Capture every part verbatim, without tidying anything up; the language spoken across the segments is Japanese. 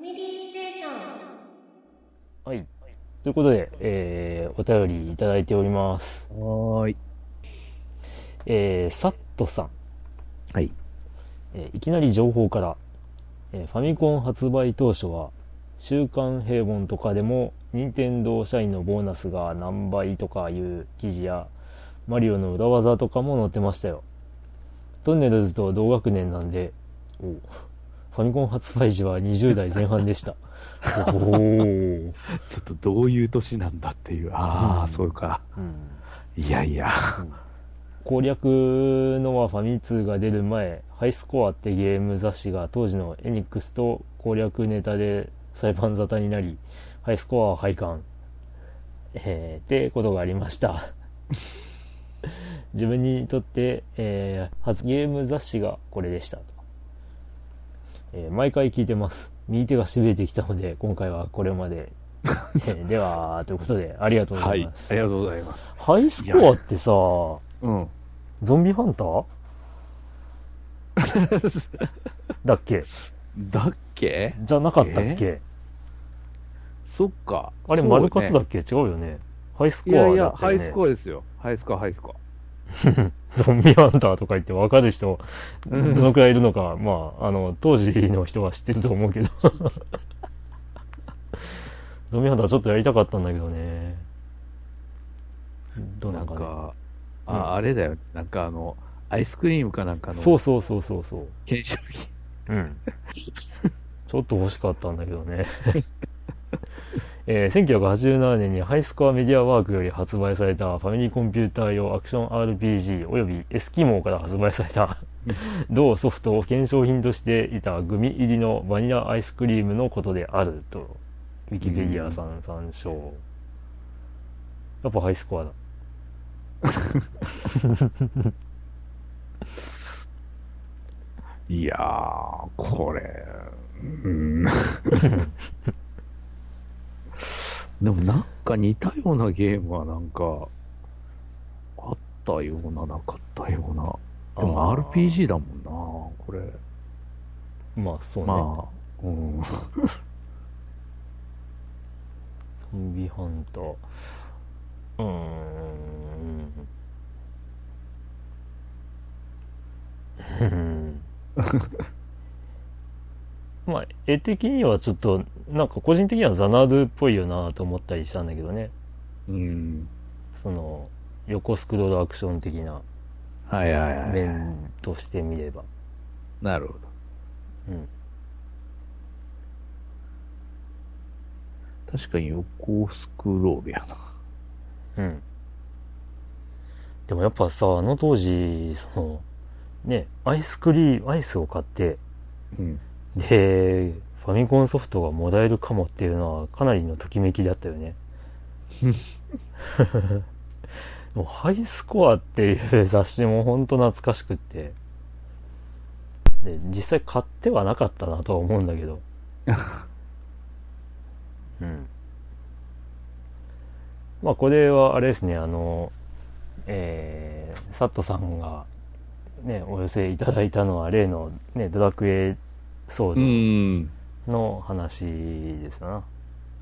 ミリーステーション。 はい。ということで、えー、お便りいただいております。 はーい。 えー、サットさん。 はい。 えーいきなり情報から、えーファミコン発売当初は、週刊平凡とかでも、任天堂社員のボーナスが何倍とかいう記事や、マリオの裏技とかも載ってましたよ。トンネルズと同学年なんで、おうファミコン発売時はにじゅう代前半でした。おー。 ちょっとどういう年なんだっていう。ああ、 うんそうか。 うんいやいや。 うん攻略のはファミ通が出る前、ハイスコアってゲーム雑誌が当時のエニックスと攻略ネタで裁判沙汰になり、ハイスコアは廃刊。えー、ってことがありました。自分にとって、えー、初ゲーム雑誌がこれでしたと。えー毎回聞いてます。右手が痺れてきたので、今回はこれまで。えーでは、ということで、ありがとうござはいい。 ます。 ありがとうございます。 ハイスコアってさ、 うん。 ゾンビハンターだっけだっけじゃなかったっけ、 えそっか。 あれ、 そうね丸カツだっけ違うよね。ハイスコいやいや、 アだったよね。 ハイスコアですよ。ハイスコア、ハイスコゾンビハンターとか言って分かる人、どうんのくらいいるのか、まあ、あの、当時の人は知ってると思うけど。ゾンビハンターちょっとやりたかったんだけどね。どア。なんんうなかね。 か、 うんあ、あれだよ。なんかあの、アイスクリームかなんかのそうそうそうそうそう。 検証品。 うん。ちょっと欲しかったんだけどね。えーせんきゅうひゃくはちじゅうななねんにハイスコアメディアワークより発売されたファミリーコンピューター用アクション アールピージー およびエスキモーから発売された同ソフトを検証品としていたグミ入りのバニラアイスクリームのことであるとウィキペディアさん参照。やっぱハイスコアだ。 いやー、これ、うん。でもなんか似たようなゲームはなんか、あったような、なかったような。でもあーアールピージー だもんな、これ。 まあそうね。 まあ、うん。 ゾンビハンター。うーん。うんまあ、絵的にはちょっと、なんか個人的にはザナードゥっぽいよなと思ったりしたんだけどね。 うん。 その、横スクロールアクション的なはいはいはい。 面としてみれば。 なるほど。 うん。 確かに横スクロールやな。 うん。でもやっぱさ、あの当時、その、ね、アイスクリーム、アイスを買って、 うん。 で、ファミコンソフトがもらえるかもっていうのはかなりのときめきだったよね。もうハイスコアっていう雑誌もほんと懐かしくって。で、実際買ってはなかったなとは思うんだけど。うん。まあこれはあれですね、あの、えー、サットさんがね、お寄せいただいたのは例のね、ドラクエソうーん。 ドの話ですな。うん。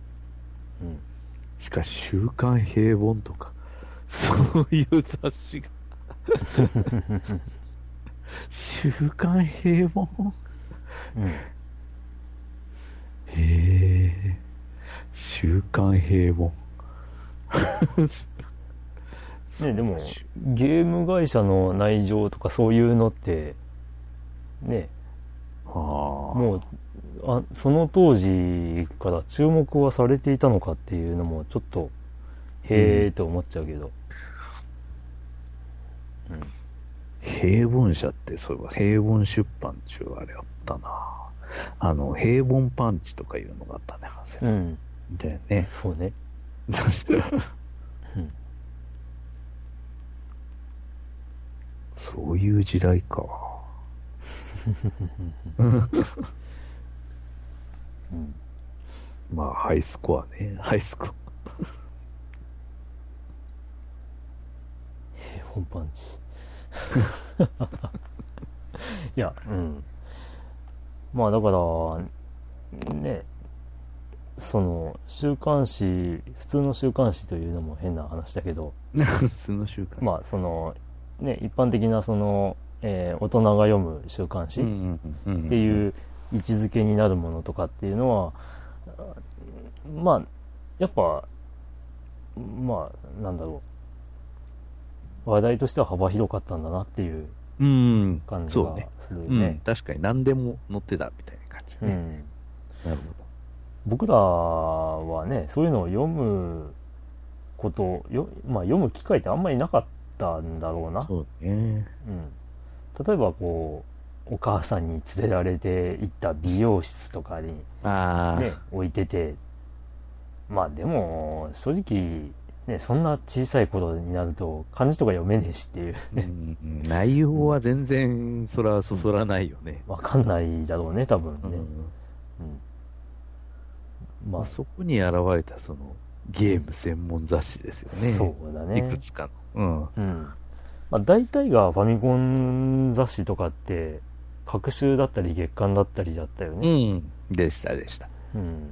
しかし、週刊平凡とか、そういう雑誌が。週刊平凡うん。 へえ。週刊平凡。 ね、でも、ゲーム会社の内情とかそういうのって、ね、 ああ。 もう、あ、その当時から注目はされていたのかっていうのもちょっと、へーって思っちゃうけど。うん。 平凡社ってそういえば平凡出版っていうあれあったな。あの、平凡パンチとかいうのがあったね。 うん。 だよね。 そうね。うん。 そういう時代か。 うん。 まあ、ハイスコアね。ハイスコア。 平凡パンチ。いや、うん。まあだから、ね、 その週刊誌、普通の週刊誌というのも変な話だけど、 普通の週刊誌。 まあそのね、一般的なその、えー大人が読む週刊誌っうんうんうんうんていう位置づけになるものとかっていうのは、まあやっぱまあなんだろう、話題としては幅広かったんだなっていううん、 感じがそうね。 するようん、 ね。 確かに何でも載ってたみたいな感じね。 うん、 なるほ僕らはね、そういうのを読むことよ、まあ、読む機会ってあんまりなかったんだろうな。 ど。そうね。 うん、例えばこうお母さんに連れられて行った美容室とかに、 ああ、 ね、置いてて、まあでも正直、ね、そんな小さい頃になると漢字とか読めねえしっていううね、 んうん、内容は全然そらそそらないよね。 わかんないだろうね多分ね。 うんうんまあまあ、そこに現れたそのゲーム専門雑誌ですよね。 そうだね。 いくつかの。 うんまあ、大体がファミコン雑誌とかって隔週だったり月間だったりだったようん。 ね。 うん。でしたでした。 うん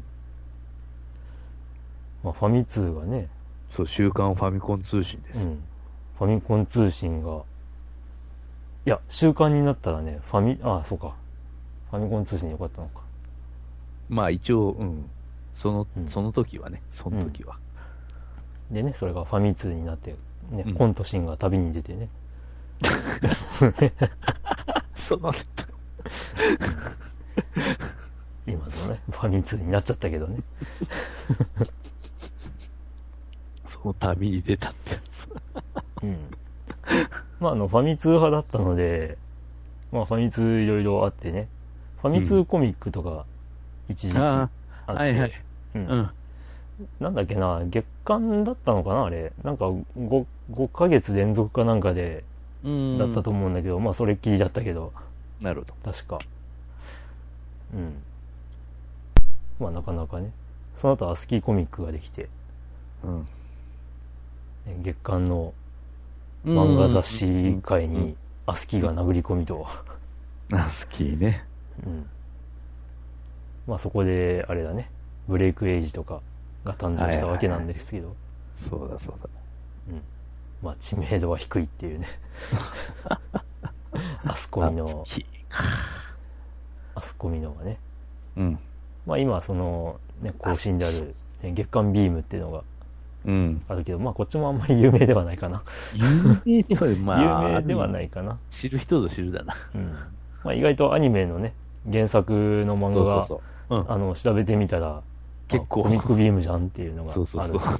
まあ、ファミ通がね、 そう、週刊ファミコン通信ですよ。 うん、ファミコン通信がいや週刊になったらねファミああそうかファミコン通信よかったのか。 まあ一応、うん。その、 うんその時はね、その時は。 でねそれがファミ通になって、ねうんコントシンが旅に出てね、 その、 今のねファミ通になっちゃったけどね。 その旅に出たってやつ。 うんまあ、あのファミ通派だったので、まあ、ファミ通いろいろあってね、ファミ通コミックとか一時期あああ、 って、 はいはい。 うんうん。 なんだっけな、月間だったのかなあれ、なんか 5, 5ヶ月連続かなんかでうん。 だったと思うんだけど、まあそれっきりだったけど、 なるほど。 確かうんまあなかなかね、その後アスキーコミックができて、 うん。 ね月間の漫画雑誌界にアスキーが殴り込みと、 あ、スキーね。 うん、まあそこであれだね、ブレイクエイジとかが誕生したわけなんですけど、 そうだそうだ。 うん、まあ知名度は低いっていうね。アスコミのあスキーアスコミのがね、 うん。 まあ今そのね更新である、ね、月刊ビームっていうのがうん。 あるけど、まあこっちもあんまり有名ではないかな。 有名では、まあ、 有名ではないかな。 知る人ぞ知るだな。 うん。まあ意外とアニメのね原作の漫画がそうそうそう。うん。 あの調べてみたら結構あコミックビームじゃんっていうのがあるんで、ね、 そうそうそう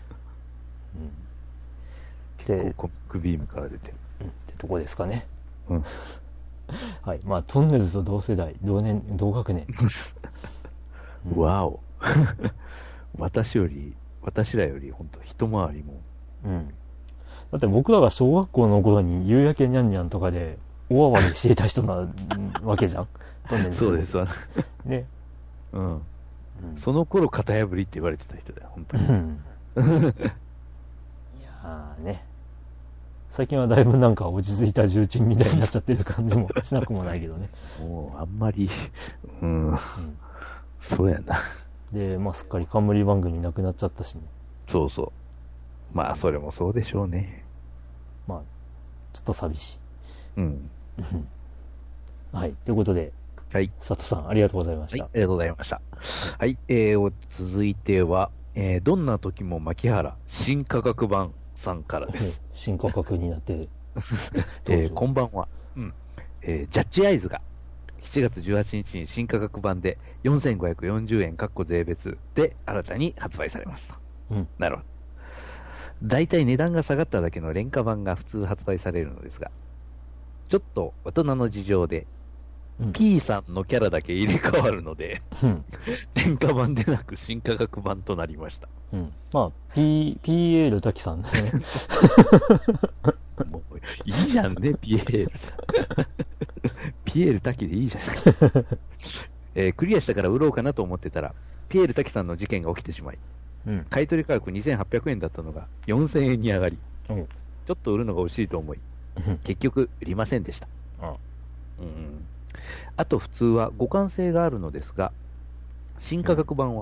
うん、で結構コミックビームから出てる。 うんってとこですかね。 うん。 はい。まあトンネルズと同世代、同年、同学年。うんわお。私より、私らより本当一回りも。 うん。だって僕らが小学校の頃に夕焼けにゃんにゃんとかで大暴れしていた人なわけじゃん。トンネルズそうですわ。 ね。 うん。 うんその頃型破りって言われてた人だよ、本当に。 うんいやーね。最近はだいぶなんか落ち着いた重鎮みたいになっちゃってる感じもしなくもないけどね。 もう、あんまり、うん、 うんそうやな。 で、まあすっかり冠番組なくなっちゃったしね。 そうそう。まあ、それもそうでしょうね。 まあ、ちょっと寂しい。 うん。 はい。ということで、 はい。 佐藤さんありがとうございまはい、 した。 ありがとうございました。はい、えー、続いては、えー、どんな時も牧原新価格版さんからです。 新価格になって、 えー、こんばんは。うん。えー、ジャッジアイズがしちがつじゅうはちにちに新価格版でよんせんごひゃくよんじゅうえんかっこ税別で新たに発売されますと。 うん。 なるほど。大体値段が下がっただけの廉価版が普通発売されるのですが、ちょっと大人の事情で、 うん P さんのキャラだけ入れ替わるので、 うん。 廉価版でなく新価格版となりました。 うん。まあ、P、ピーエー ル滝さんだね。 もういいじゃんね、ピエール。ピエール滝でいいじゃん。えークリアしたから売ろうかなと思ってたら、ピエール滝さんの事件が起きてしまい、 うん。 買取価格にせんはっぴゃくえんだったのがよんせんえんに上がり、 うん。 ちょっと売るのが惜しいと思い、結局売りませんでした。 あうんあと普通は互換性があるのですが、新価格版は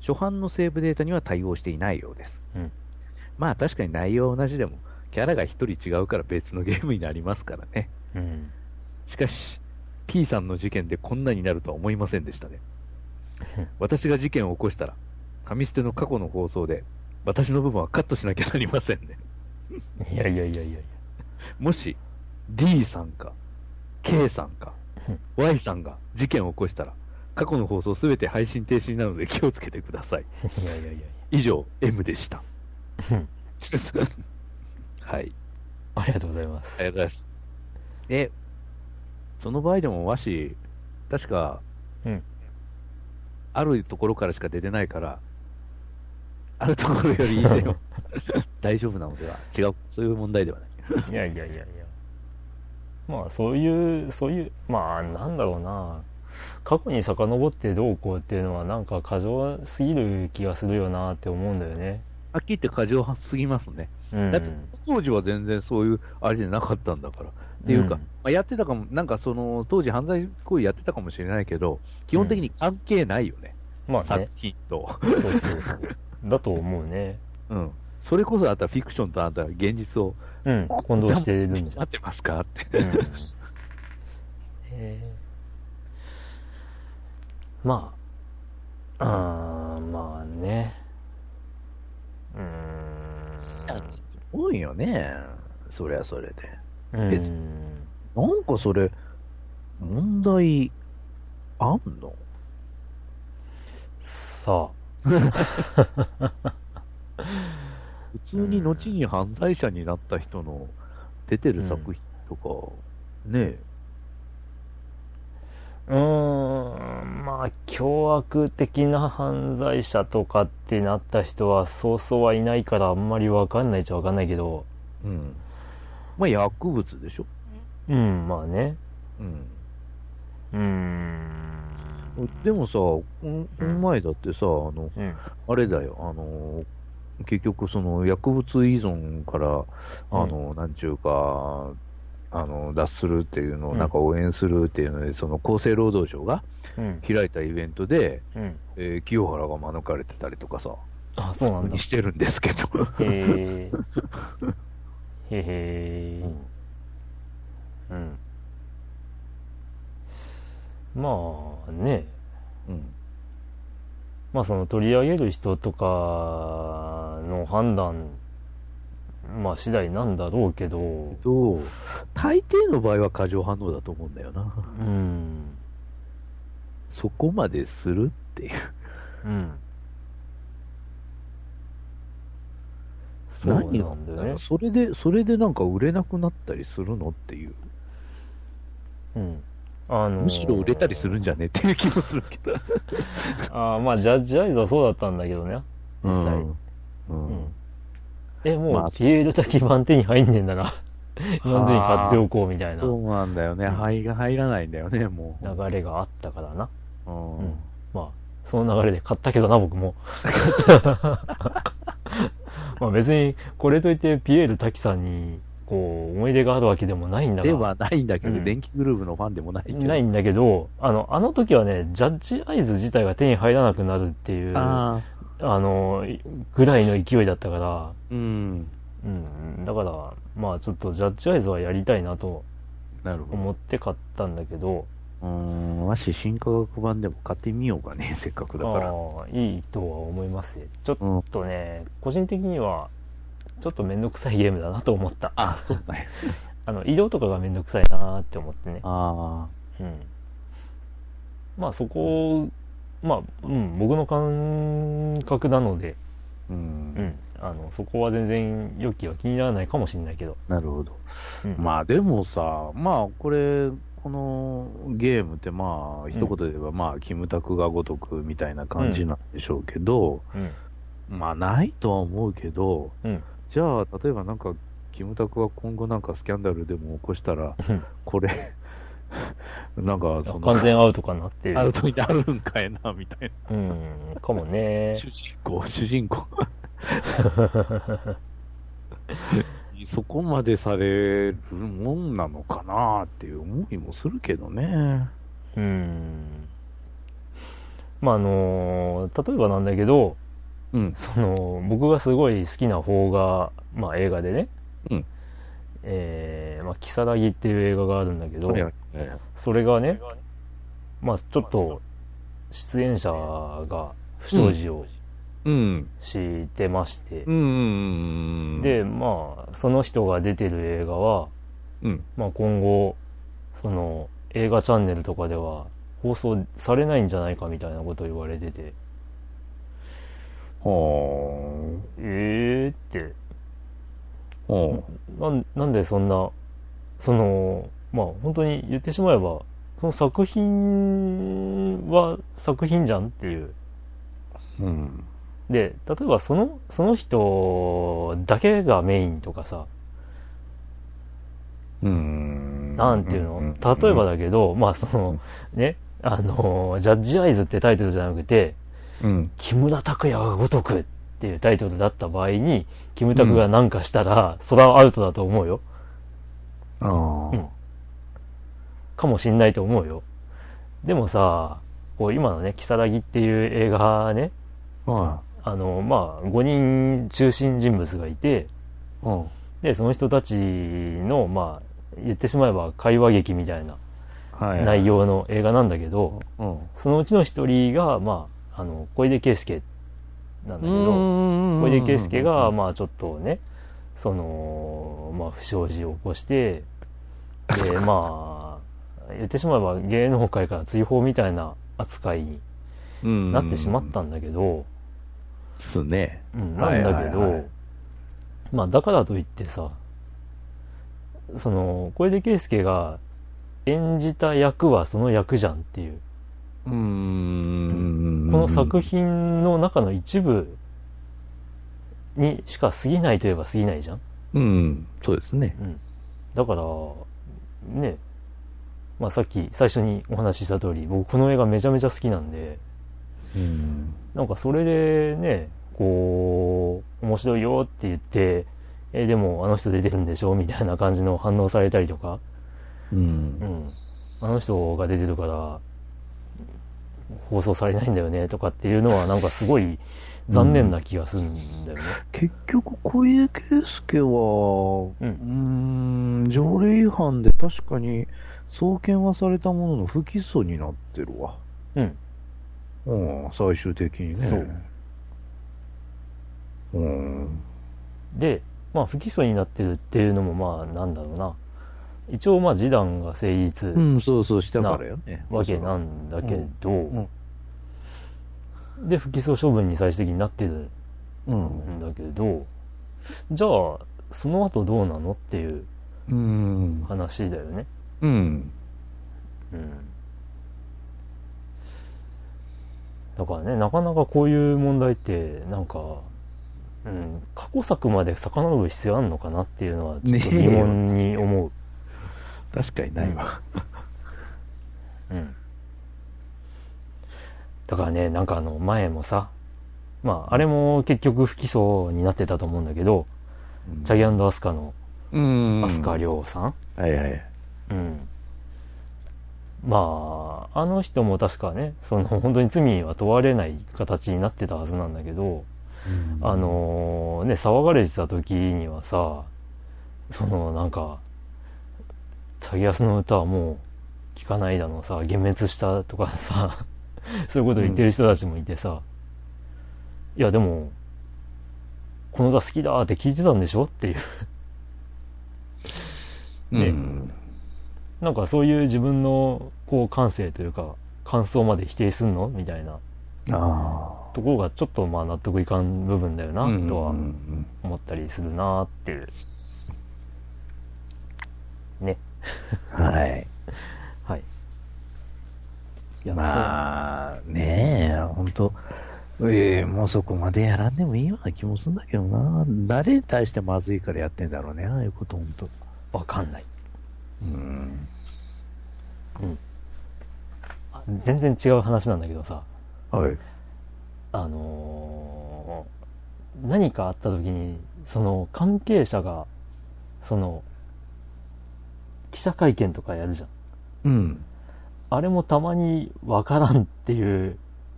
初版のセーブデータには対応していないようです。 うん。 まあ確かに内容は同じでも、キャラが一人違うから別のゲームになりますからね。 うん。 しかし、P さんの事件でこんなになるとは思いませんでしたね。私が事件を起こしたら、紙捨ての過去の放送で、私の部分はカットしなきゃなりませんね。 いやいやいやいやいもし、D さんか、K さんか、 や。 Y さんが事件を起こしたら、過去の放送すべて配信停止になるので気をつけてください。 いやいやいやいや。 以上、M でした。 うんはい。 ありがとうございます。 ありがとうございます。え、その場合でも和紙、確か、 うん。 あるところからしか出てないから、あるところより以前は大丈夫なのでは違う、そういう問題ではない。 いやいやいやいや。まあそういう、そういう、まあなんだろうな。過去に遡ってどうこうっていうのはなんか過剰すぎる気がするよなって思うんだよね。 はっきり言って過剰すぎますね。 うん。 だって当時は全然そういうあれじゃなかったんだから。っていうか、 うんまあ、やってたかも、なんかその当時犯罪行為やってたかもしれないけど、基本的に関係ないよね。 まあ作ね。 品と。 そうそうそう。だと思うね。 うん。それこそあんたフィクションとあんた現実をうん。混同してるんじゃなってますかって。 うん。えー、まあ、あーまあね。うーん。 多いよね。そりゃそれで。 うん別なんかそれ、問題、あんのさ普通に後に犯罪者になった人の出てる作品とか、ねあ、うーん、まあ、凶悪的な犯罪者とかってなった人はそうそうはいないからあんまりわかんないっちゃわかんないけど、 え。うん。まあ薬物でしょ。 うん、まあね。 うん。 うーん。 でもさ、この前だってさ、あの、 うん。 あれだよ、あの、結局その薬物依存から、あの、なんちゅうか、あの、脱するっていうのをなんか応援するっていうので、その厚生労働省がうん。 開いたイベントで、 うん。 えー清原が免れてたりとかさ、 あ、そうなんだ。 にしてるんですけど。 へえ。へへー。うん。まあね。 うん。 まあその取り上げる人とかの判断、まあ次第なんだろうけど、 と、大抵の場合は過剰反応だと思うんだよな。 うん。 そこまでするっていう。 うん。そうなん何だよねなんだよ。。それで、それでなんか売れなくなったりするのっていう。 うん。あのーむしろ売れたりするんじゃねっていう気もするけど。 あーまあジャッジアイズはそうだったんだけどね。実際。 うん。うんうんえ、もまあうピエール滝版手に入んねえんだな。なんぜに買っておこうみたいなそうなんだよね。入が入らないんだよね、もう。 流れがあったからな。 うんうん。まあ、その流れで買ったけどな、僕も。まあ別に、これといってピエール滝さんに、こう、思い出があるわけでもないんだが。 ではないんだけど、 うん電気グルーヴのファンでもないけど。 ないんだけど、あの、あの時はね、ジャッジアイズ自体が手に入らなくなるっていう、ああの、ぐらいの勢いだったから、 あ、うん。 うん、だから、まあちょっとジャッジアイズはやりたいなとなるほど。 思って買ったんだけど、 うーん、わし、新科学版でも買ってみようかね、せっかくだから。 ああ、いいとは思いますよ。ちょっとね、個人的には、ちょっとめんどくさいゲームだなと思った。 あ、そうだね。 あの、移動とかがめんどくさいなって思ってね。 あうん。まあそこ、まあ、うん、僕の感覚なので、 あ、うん。 うん。あの、そこは全然、良きは気にならないかもしれないけど。 なるほど。 うん、 まあでもさ、まあこれ、このゲームってまあ、一言で言えばまあ、キムタクが如くみたいな感じなんでしょうけど、 うん。 まあないとは思うけど、 うん。 じゃあ、例えばなんか、キムタクが今後なんかスキャンダルでも起こしたら、 うん。 これ、なんかその、 完全アウトかなっていう。 アウトになるんかいな、みたいな。 うん。かもね。 主人公、主人公。そこまでされるもんなのかなっていう思いもするけどね。 うん。 まああのー例えばなんだけど、 うん。 その僕がすごい好きな邦画、まあ映画でね、 うん。 えー、まあ如月っていう映画があるんだけど、 はいはいはいはい。 それがね、まあちょっと出演者が不うん。 祥事をうん。 してまして、 うん。うん。 で、まあその人が出てる映画は、 うん。 まあ今後、その映画チャンネルとかでは放送されないんじゃないかみたいなことを言われてて、 はえーって、 あ。はなんなんでそんな、その、まあ本当に言ってしまえば、その作品は作品じゃんっていう。 あ。うん。 で、例えばその、その人だけがメインとかさ、 うん。 なんていうの、例えばだけど、まあその、ね、あの、ジャッジアイズってタイトルじゃなくて、 うん。 木村拓哉が如くっていうタイトルだった場合に、キムタクがなんかしたら、それはアウトだと思うよ。 ああ。 うん。かもしんないと思うよ。でもさ、こう今のね、キサラギっていう映画ね、 はあの、まあ、ごにん中心人物がいて、 い。うん。 で、その人たちの、まあ、言ってしまえば会話劇みたいなはい。 内容の映画なんだけど、 うん。 そのうちの一人が、まあ、あの、小出圭介なんだけうど、 ん。 小出圭介が、まあちょっとね、その、まあ不祥事を起こして、で、まあ、言ってしまえば芸能界から追放みたいな扱いにうん。 なってしまったんだけど、 すね。 うん、なんだけど、 はいはいはいまあだからといってさ、その、小出圭介が演じた役はその役じゃんっていう。 うーん。 この作品の中の一部にしか過ぎないといえば過ぎないじゃん。 うん。そうですね。 うん。だから、ね、まあさっき最初にお話しした通り、僕この映画めちゃめちゃ好きなんで、 うん。 なんかそれでね、こう、面白いよって言って、えでもあの人出てるんでしょみたいな感じの反応されたりとか、 う。 うんん。あの人が出てるから放送されないんだよねとかっていうのはなんかすごい残念な気がするんだよね。 結局、小出圭介は、 ううんーん、条例違反で確かに送検はされたものの不起訴になってるわ。 うん。 うん、最終的にね。 そう。 うん。 で、まあ不起訴になってるっていうのもまあなんだろうな。一応まあ示談が成立うん、そうそう、したからよね。 わけなんだけど、 うん。 で、不起訴処分に最終的になってるうん。 んだけど、じゃあ、その後どうなのっていううん。 話だよね。 うん。 うん。だからね、なかなかこういう問題って、なんか、うん、過去作まで遡る必要あんのかなっていうのは、ちょっと疑問に思う。 確かにないわ。 うん。だからね、なんかあの、前もさ、まあ、あれも結局不起訴になってたと思うんだけど、 うん、 チャギアスカの、 うん。 アスカ亮さん、 はいはい。 うん。まあ、あの人も確かね、その本当に罪は問われない形になってたはずなんだけど、 うん、 あのね、騒がれてた時にはさ、そのなんか、チャギアスの歌はもう聴かないだのさ、幻滅したとかさ、そういうこと言ってる人たちもいてさ、いやでも、この歌好きだって聞いてたんでしょっていうね、うん、なんかそういう自分のこう感性というか感想まで否定すんのみたいなところがちょっとまあ納得いかん部分だよなとは思ったりするなっていうね。 はいはい。 いやまあねえ、本当ええもうそこまでやらんでもいいような気もするんだけどな。誰に対してまずいからやってんだろうね、ああいうこと本当。 わかんない。 うん。 うん。全然違う話なんだけどさ。 はい。 あのー、何かあった時に、その関係者が、その、記者会見とかやるじゃん。 うん。 あれもたまにわからんっていう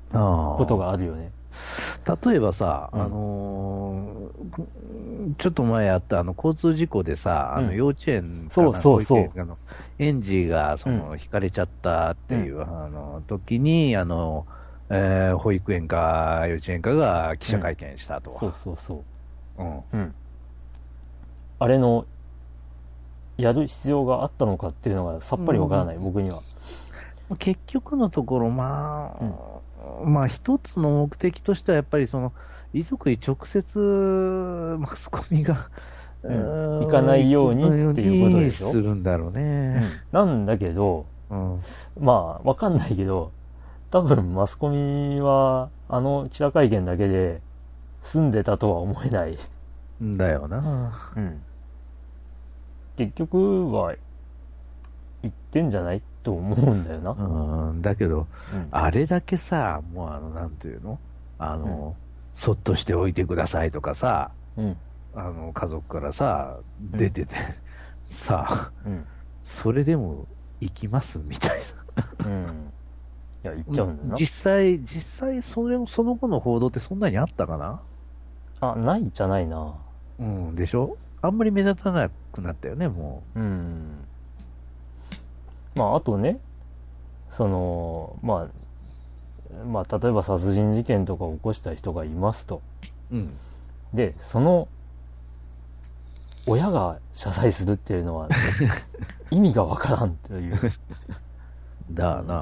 ことがあるよね。 例えばさ、 うん、 あのー、ちょっと前あったあの交通事故でさ、あの幼稚園かな、 そうそうそう。 保育園かの園児がその、うん、引かれちゃったっていう、うん、あの時に、あの、えー、保育園か幼稚園かが記者会見したと。 うん、そうそうそう。 うん。 うん。あれの、やる必要があったのかっていうのがさっぱりわからない、うん、僕には。 結局のところ、まあ、うん、まあ一つの目的としてはやっぱりその、遺族に直接マスコミが、 うん、行かないようにっていうことでしょ。 するんだろうね。 うん、なんだけど、うん、まあ、わかんないけど、多分マスコミは、あの記者会見だけで済んでたとは思えない。 んだよな。 うん。結局は、言ってんじゃないと思うんだよな。 うん、だけど、うん、あれだけさ、もうあの、なんていうのあの、うん、そっとしておいてくださいとかさ、うん、あの、家族からさ、出てて、うん、さあ、うん、それでも行きますみたいな。うん。 いや、行っちゃうんだよな。 実際、実際、それ、その後の報道ってそんなにあったかな？ あ、ないじゃないな。 うん、でしょ？あんまり目立たなくなったよね、もう。うん。 まあ、あとね、その、まあ、まあ、例えば殺人事件とかを起こした人がいますと。うん。で、その、親が謝罪するっていうのは、意味がわからんという。 だな。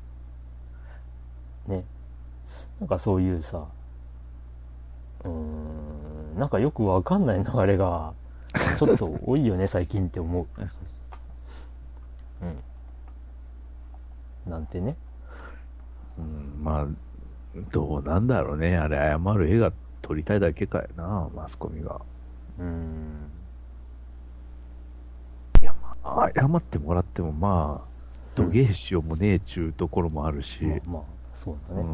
ね。なんかそういうさ、うーん、なんかよくわかんない流れが、ちょっと多いよね、最近って思う。うん。なんてね。 うん、まあ、どうなんだろうね。あれ、謝る絵が撮りたいだけかよな、マスコミが。うん。いや、まあ、謝ってもらっても、まあ、土下しようもねえちゅうところもあるし。 まあ、まあ、そうだね。うん、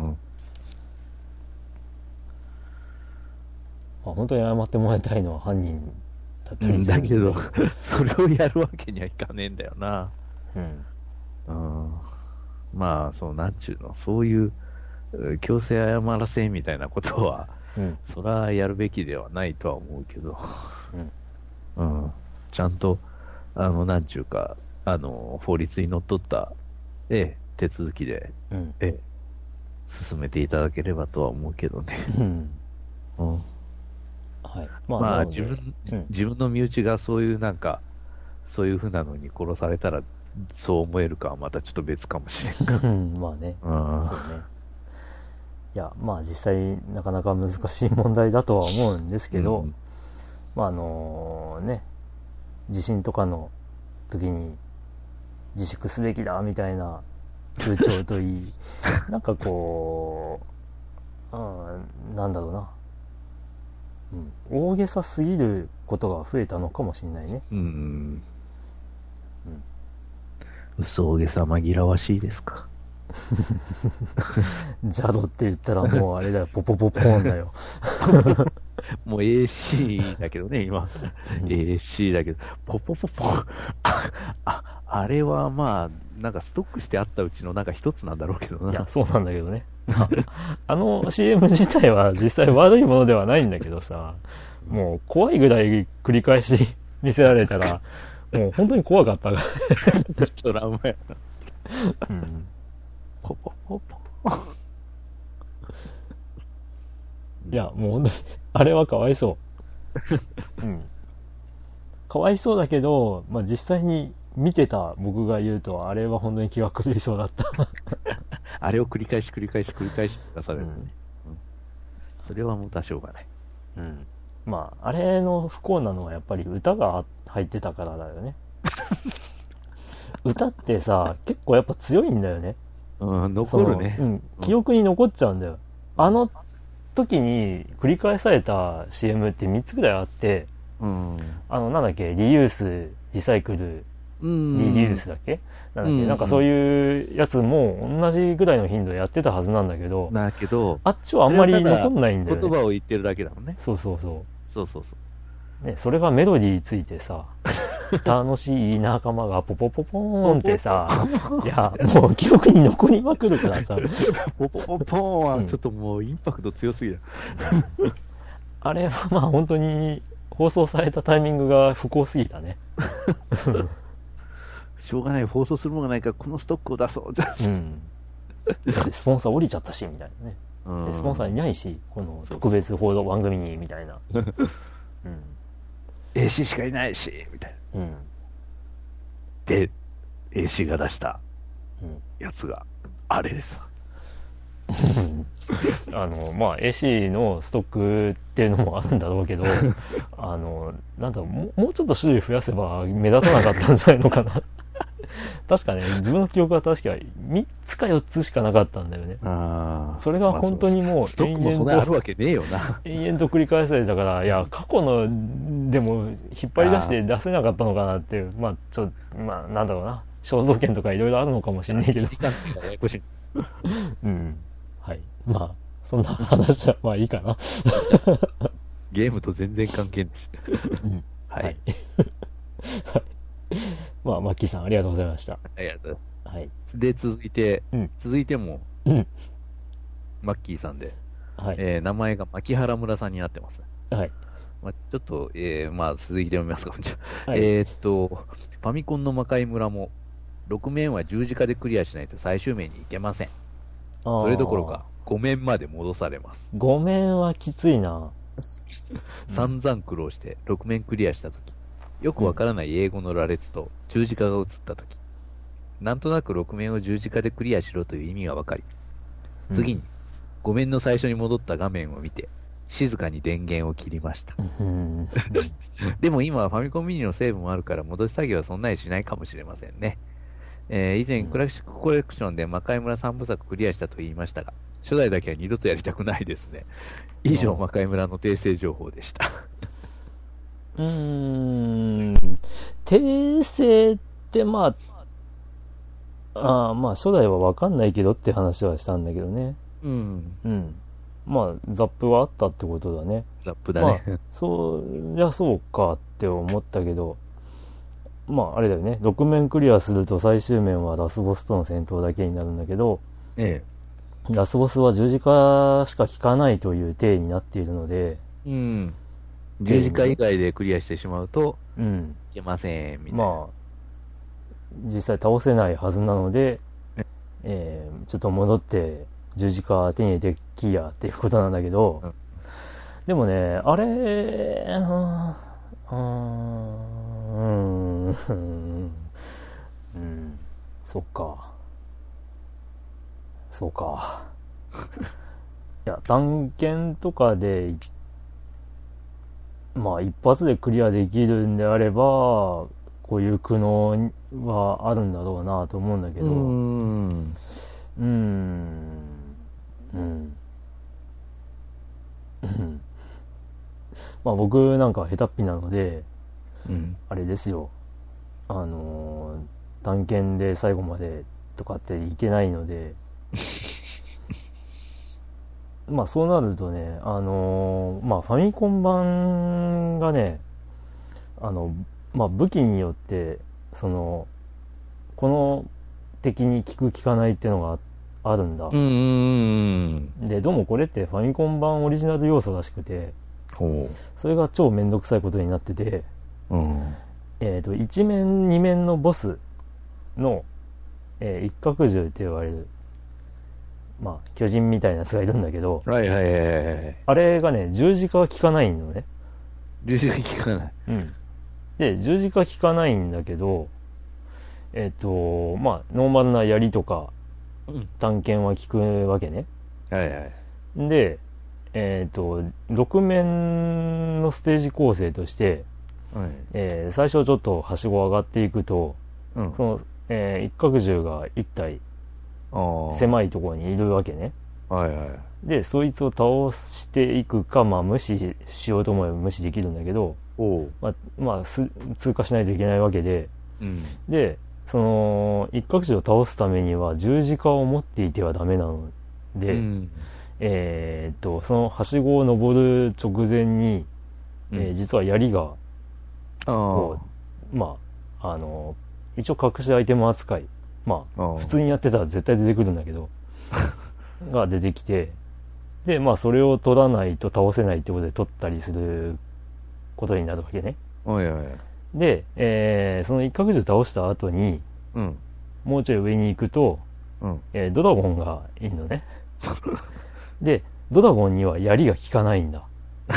まあ、本当に謝ってもらいたいのは犯人だったりするんだけど、それをやるわけにはいかねえんだよな。うん。うん、まあ、そう、なんちゅうの、そういう、強制謝らせみたいなことは、うん、そらやるべきではないとは思うけど、うん。うん、ちゃんと、あの、なんちゅうか、あの、法律にのっとった、ええ、手続きで、うん、ええ、進めていただければとは思うけどね。うん。うん、はい。まあ、まあ、自分、うん、自分の身内がそういうなんか、そういうふうなのに殺されたら、そう思えるかはまたちょっと別かもしれんが。 まあね。うん。そうね。いや、まあ実際なかなか難しい問題だとは思うんですけど、うん、まああのね、地震とかの時に自粛すべきだみたいな風潮といい、なんかこう、うん、なんだろうな、うん、大げさすぎることが増えたのかもしれないね。うん。うん、 嘘大げさ紛らわしいですか。 ジャドって言ったらもうあれだよ、ポポポポーンだよ。 もう エーシー だけどね、今。エーシー だけど、ポポポポン。あ、あれはまあ、なんかストックしてあったうちのなんか一つなんだろうけどな。 いや、そうなんだけどね。あの シーエム 自体は実際悪いものではないんだけどさ、もう怖いぐらい繰り返し見せられたら、もう本当に怖かったが。 ちょっとラウマやな。うん、ポポポポ。 いや、もう本当に、あれはかわいそう。うん。かわいそうだけど、まあ実際に見てた僕が言うと、あれは本当に気が狂いそうだった。 あれを繰り返し繰り返し繰り返し出されるね、うんうん。それはもう多少がない。 うん。まあ、あれの不幸なのはやっぱり歌が入ってたからだよね。歌ってさ、結構やっぱ強いんだよね。 うん、残るね。 うん。記憶に残っちゃうんだよ。うん、あの時に繰り返された シーエム ってみっつくらいあって、うん、あの、なんだっけ、リユース、リサイクル、リデュースだっけなんだっけ、うん、なんかそういうやつも同じぐらいの頻度でやってたはずなんだけど、 だけど、 あっちはあんまり残んないんだよね。 言葉を言ってるだけだもんね。 そうそうそう。 そうそうそう。ね、それがメロディーついてさ、 楽しい仲間がポポポポーンってさ、いや、もう記憶に残りまくるからさ。 ポポポポーンはちょっともうインパクト強すぎる。 うん、あれはまあ本当に放送されたタイミングが不幸すぎたね。 しょうがない、放送するものがないからこのストックを出そうじゃん。 うん。だってスポンサー降りちゃったし、みたいなね。 うん、 スポンサーいないし、この特別報道番組に、みたいな。うん。 エーシー しかいないし、みたいな。うん。で、エーシー が出したやつが、あれですわ。 あの、まあ、エーシー のストックっていうのもあるんだろうけど、あの、なんだろう、もう、もうちょっと種類増やせば目立たなかったんじゃないのかな。確かね、自分の記憶は確かみっつかよっつしかなかったんだよね。あ、それが本当にもうストックもそんなあるわけねえよな。 延々と繰り返されたから、いや、過去のでも引っ張り出して出せなかったのかなっていう、まあ、ちょっと、まあ、なんだろうな、肖像権とかいろいろあるのかもしれないけど。うん。はい。まあ、そんな話はまあいいかな。 ゲームと全然関係ないし。 うん、はい。はい。まあ、マッキーさん、ありがとうございました。 ありがとうございます。 はい。 で、続いて、うん、続いても、うん、マッキーさんで、はい、えー、名前が牧原村さんになってます。はい。まあ、ちょっと、えー、まあ、続いて読みますか。はい、えーっと、ファミコンの魔界村も、ろく面は十字架でクリアしないと最終面に行けません。それどころか、ご面まで戻されます。 ご面はきついな。 散々苦労して、ろく面クリアしたとき、よくわからない英語の羅列と十字架が映ったとき、なんとなくろく面を十字架でクリアしろという意味がわかり、次にご面の最初に戻った画面を見て、静かに電源を切りました。でも今はファミコンミニのセーブもあるから戻し作業はそんなにしないかもしれませんね。えー、以前クラシックコレクションで魔界村さんぶさくクリアしたと言いましたが、初代だけは二度とやりたくないですね。以上、魔界村の訂正情報でした。 うーん、訂正ってまあ、ああまあ初代は分かんないけどって話はしたんだけどね。うん。うん。まあ、ザップはあったってことだね。 ザップだね。 まあ、そりゃそうかって思ったけど、まああれだよね。ろく面クリアすると最終面はラスボスとの戦闘だけになるんだけど、ええ、ラスボスは十字架しか効かないという体になっているので、 うん。十字架以外でクリアしてしまうと、うん。いけません、みたいな。まあ、 実際倒せないはずなので、えー、ちょっと戻って十字架手に入れてきやっていうことなんだけど、うん、でもね、あれ、うーん、うーん、うん、そっか。そうか。いや、探検とかで、まあ一発でクリアできるんであれば、こういう苦悩はあるんだろうなと思うんだけど、うーん、うーん、うん、うん。まあ僕なんか下手っぴなので、うん、あれですよ、あのー、探検で最後までとかっていけないので、まあそうなるとね、あのー、まあファミコン版がね、あの、まあ武器によって、その、この敵に効く効かないっていうのがあるんだ。うん。で、どうもこれってファミコン版オリジナル要素らしくて、それが超めんどくさいことになってて、うん、えっと、いち面に面のボスの、えー、一角獣って言われる、まあ、巨人みたいなやつがいるんだけど、はいはいはいはい。あれがね、十字架は効かないのね。 十字架効かない。 うん。で、十字架効かないんだけど、えっと、まあ、ノーマルな槍とか、探検は効くわけね。はいはい。で、えっと、ろく面のステージ構成として、はい、えー、最初ちょっとはしご上がっていくと、うん、その、えー、一角獣が一体、狭いところにいるわけね。はいはい。で、そいつを倒していくか、まあ無視しようと思えば無視できるんだけど、まあ、まあす、通過しないといけないわけで、うん、で、その、一角獣を倒すためには十字架を持っていてはダメなので、うん、えー、っと、そのはしごを登る直前に、うん、えー、実は槍が、こう、 まあ、あの、一応隠しアイテム扱い。まあ、 うん普通にやってたら絶対出てくるんだけど、が出てきて、で、まあ、それを取らないと倒せないってことで取ったりすることになるわけね。 おいおい。 で、えー、その一角獣倒した後に、 うん。 もうちょい上に行くと、 うん。 えードラゴンがいるのね。で、ドラゴンには槍が効かないんだ。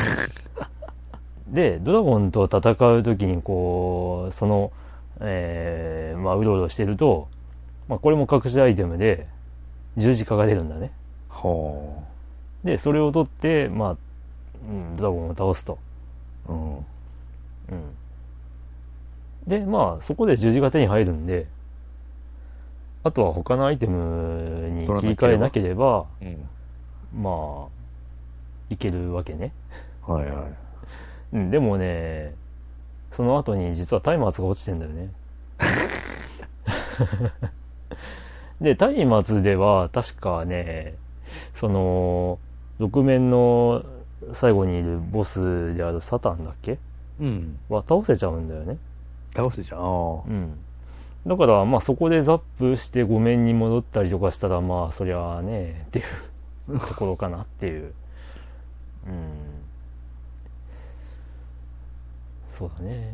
で、ドラゴンと戦うときにこう、その、えー、まあ、うろうろしてると、まあ、これも隠しアイテムで、十字架が出るんだね。 ほで、それを取って、まあ、うん、ドラゴンを倒すと。 う。うん。 うん。で、まあ、そこで十字架手に入るんで、あとは他のアイテムに切り替えなければ、 うん。 まあ、いけるわけね。 はいはい。 うん、でもね、その後に実は松明が落ちてんだよね。で、松明では確かね、その、ろく面の最後にいるボスであるサタンだっけうん。 は倒せちゃうんだよね。 倒すじゃん。ああ。 うん。だから、まあそこでザップしてご面に戻ったりとかしたら、まあそりゃあね、っていうところかなっていう。うん。そうだね。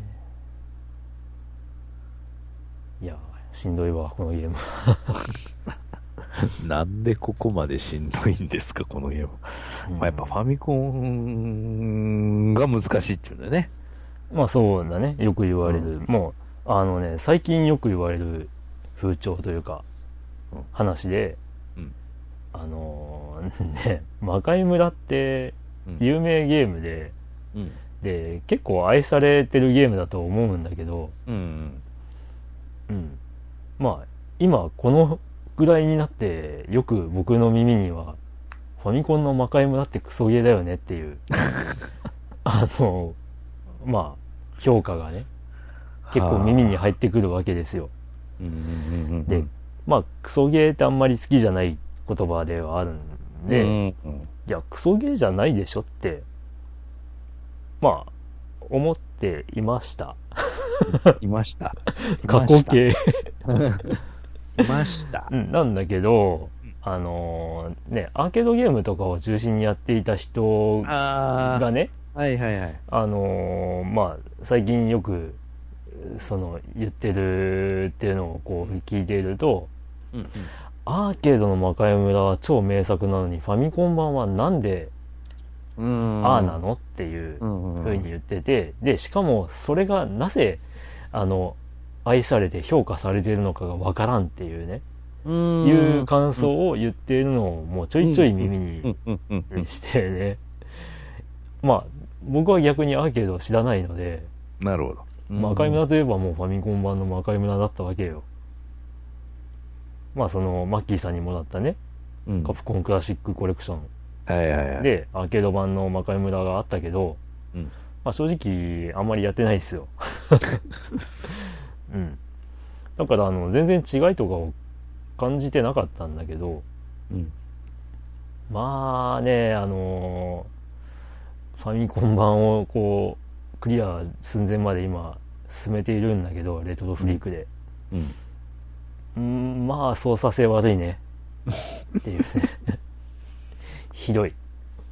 いや、しんどいわ、このゲーム。 なんでここまでしんどいんですか、このゲーム。 うんまあ、やっぱファミコンが難しいっていうんだよね。 まあそうだね。よく言われる。 うもう、あのね、最近よく言われる風潮というか、 うん話で、 うんあのーね、魔界村ってうん有名ゲームで、 うん。 で、結構愛されてるゲームだと思うんだけど、 うん。 うん。まあ、今このぐらいになってよく僕の耳には、ファミコンの魔界村ってクソゲーだよねっていう、あの、まあ、評価がね、結構耳に入ってくるわけですよ。 うんうんうんうん。 で、まあ、クソゲーってあんまり好きじゃない言葉ではあるんで、 うんうん、 いや、クソゲーじゃないでしょって、まあ、思っていました。 いました。 過去形。 いました。 うん、なんだけど、あのーね、アーケードゲームとかを中心にやっていた人あがね、 あ。はいはいはい。 あのーまあ、最近よく、その、言ってるっていうのをこう聞いていると、 うんうん。 アーケードの魔界村は超名作なのに、ファミコン版はなんで、 うんああなのっていううんうん風に言ってて、で、しかもそれがなぜ、あの、愛されて評価されているのかがわからんっていうね、 うんいう感想を言っているのをもうちょいちょい耳にうんうんうんしてね。まあ、僕は逆にアーケードを知らないので、 なるほど。 魔界村といえばもうファミコン版の魔界村だったわけよ。まあその、マッキーさんにもらったね、 うんカプコンクラシックコレクションはいはいはい。、 で、アーケード版の魔界村があったけど、 うん。 まあ正直、あんまりやってないですよ。うん。だから、あの、全然違いとかを感じてなかったんだけど、 うん。 まあね、あのーファミコン版をこう、クリア寸前まで今、進めているんだけど、レトロフリークで。 うん。 うーん、まあ、操作性悪いね。っていうね。ひどい。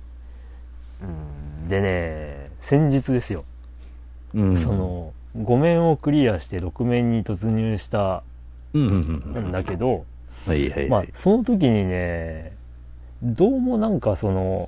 うん、でね、先日ですよ。 うん。 そ、の、ご面をクリアしてろく面に突入したうんうんうん。 んだけど、 はいはいまあはい。、 その時にね、どうもなんかその、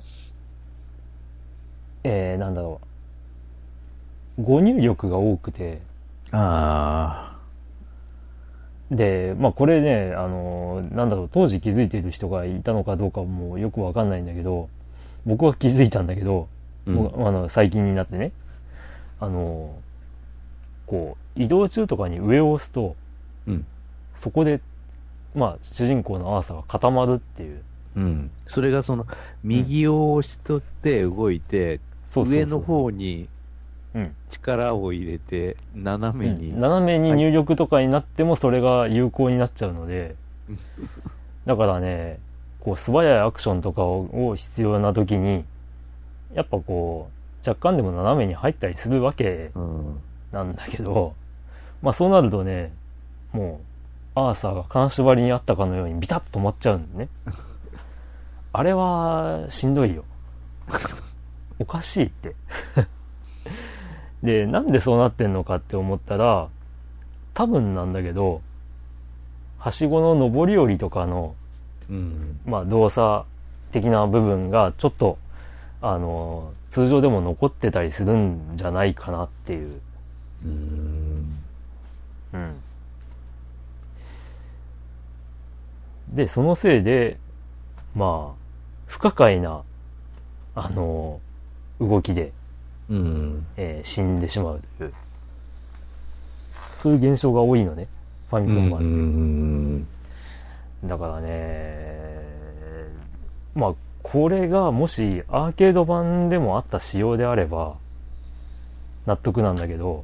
えー、なんだろう、誤入力が多くて、 あで、まあこれね、あの、なんだろう、当時気づいている人がいたのかどうかもよくわかんないんだけど、僕は気づいたんだけど、 うんもうあの最近になってね、あの、こう、移動中とかに上を押すと、 あ。うん。 そこで、まあ、主人公のアーサーが固まるっていう。 うん。それがその、右を押しとって動いて、 そうそうそう上の方にうん。 力を入れて、斜めに。 うん斜めに入力とかになってもそれが有効になっちゃうので、だからね、こう素早いアクションとかをを必要な時に、やっぱこう、若干でも斜めに入ったりするわけうん。 なんだけど、 まあそうなるとね、もう、アーサーが金縛りにあったかのようにビタッと止まっちゃうんでね。あれは、しんどいよ。おかしいって。で、なんでそうなってんのかって思ったら、多分なんだけど、はしごの上り下りとかの、 うん、 まあ動作的な部分がちょっと、あの、通常でも残ってたりするんじゃないかなっていう。 うーん。 うん。で、そのせいで、まあ、不可解な、あの、動きで、 うん。 えー死んでしまうという、そういう現象が多いのね、ファミコン版って。 うん。 だからね、まあ、これがもしアーケード版でもあった仕様であれば、納得なんだけど、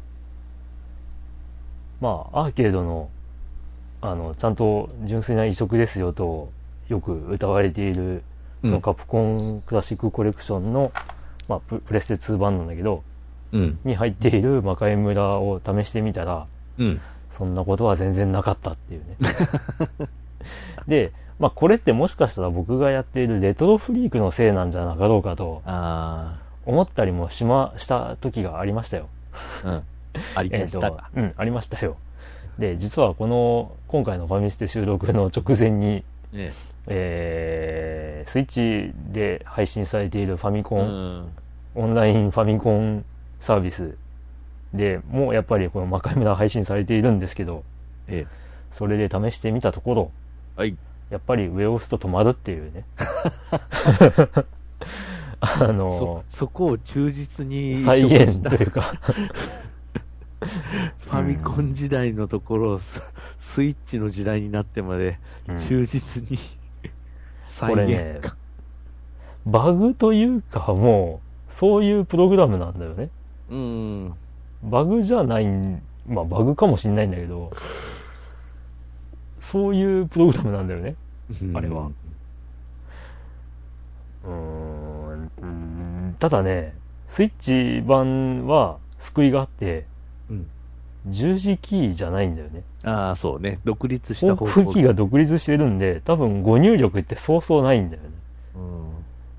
まあ、アーケードの、あの、ちゃんと純粋な移植ですよと、よく歌われている、そのカプコンクラシックコレクションの、まあ、ププレステツー版なんだけど、 うん。 に入っている魔界村を試してみたら、 うん。 そんなことは全然なかったっていうね。で、まあこれってもしかしたら僕がやっているレトロフリークのせいなんじゃなかろうかとあ思ったりもしました時がありましたよ。 あ。うん。ありましたか。 えーと、うん、ありましたよ。で、実はこの、今回のファミステ収録の直前に、 ねえー、スイッチで配信されているファミコうン、 ん。 オンラインファミコンサービスでもうやっぱりこの魔界村配信されているんですけど、 ええ。 それで試してみたところ、 はい。 やっぱり上を押すと止まるっていうね。あのそ、そこを忠実に再現というかファミコン時代のところをススイッチの時代になってまで忠実に、再これね、バグというかもう、そういうプログラムなんだよね。 うん。 バグじゃない、まあバグかもしんないんだけど、そういうプログラムなんだよね。あれは。うーん、ただね、スイッチ版は救いがあって、 うん、 十字キーじゃないんだよね。 ああ、そうね。独立した方向キーが独立してるんで、多分誤入力ってそうそうないんだよね。 うん。 う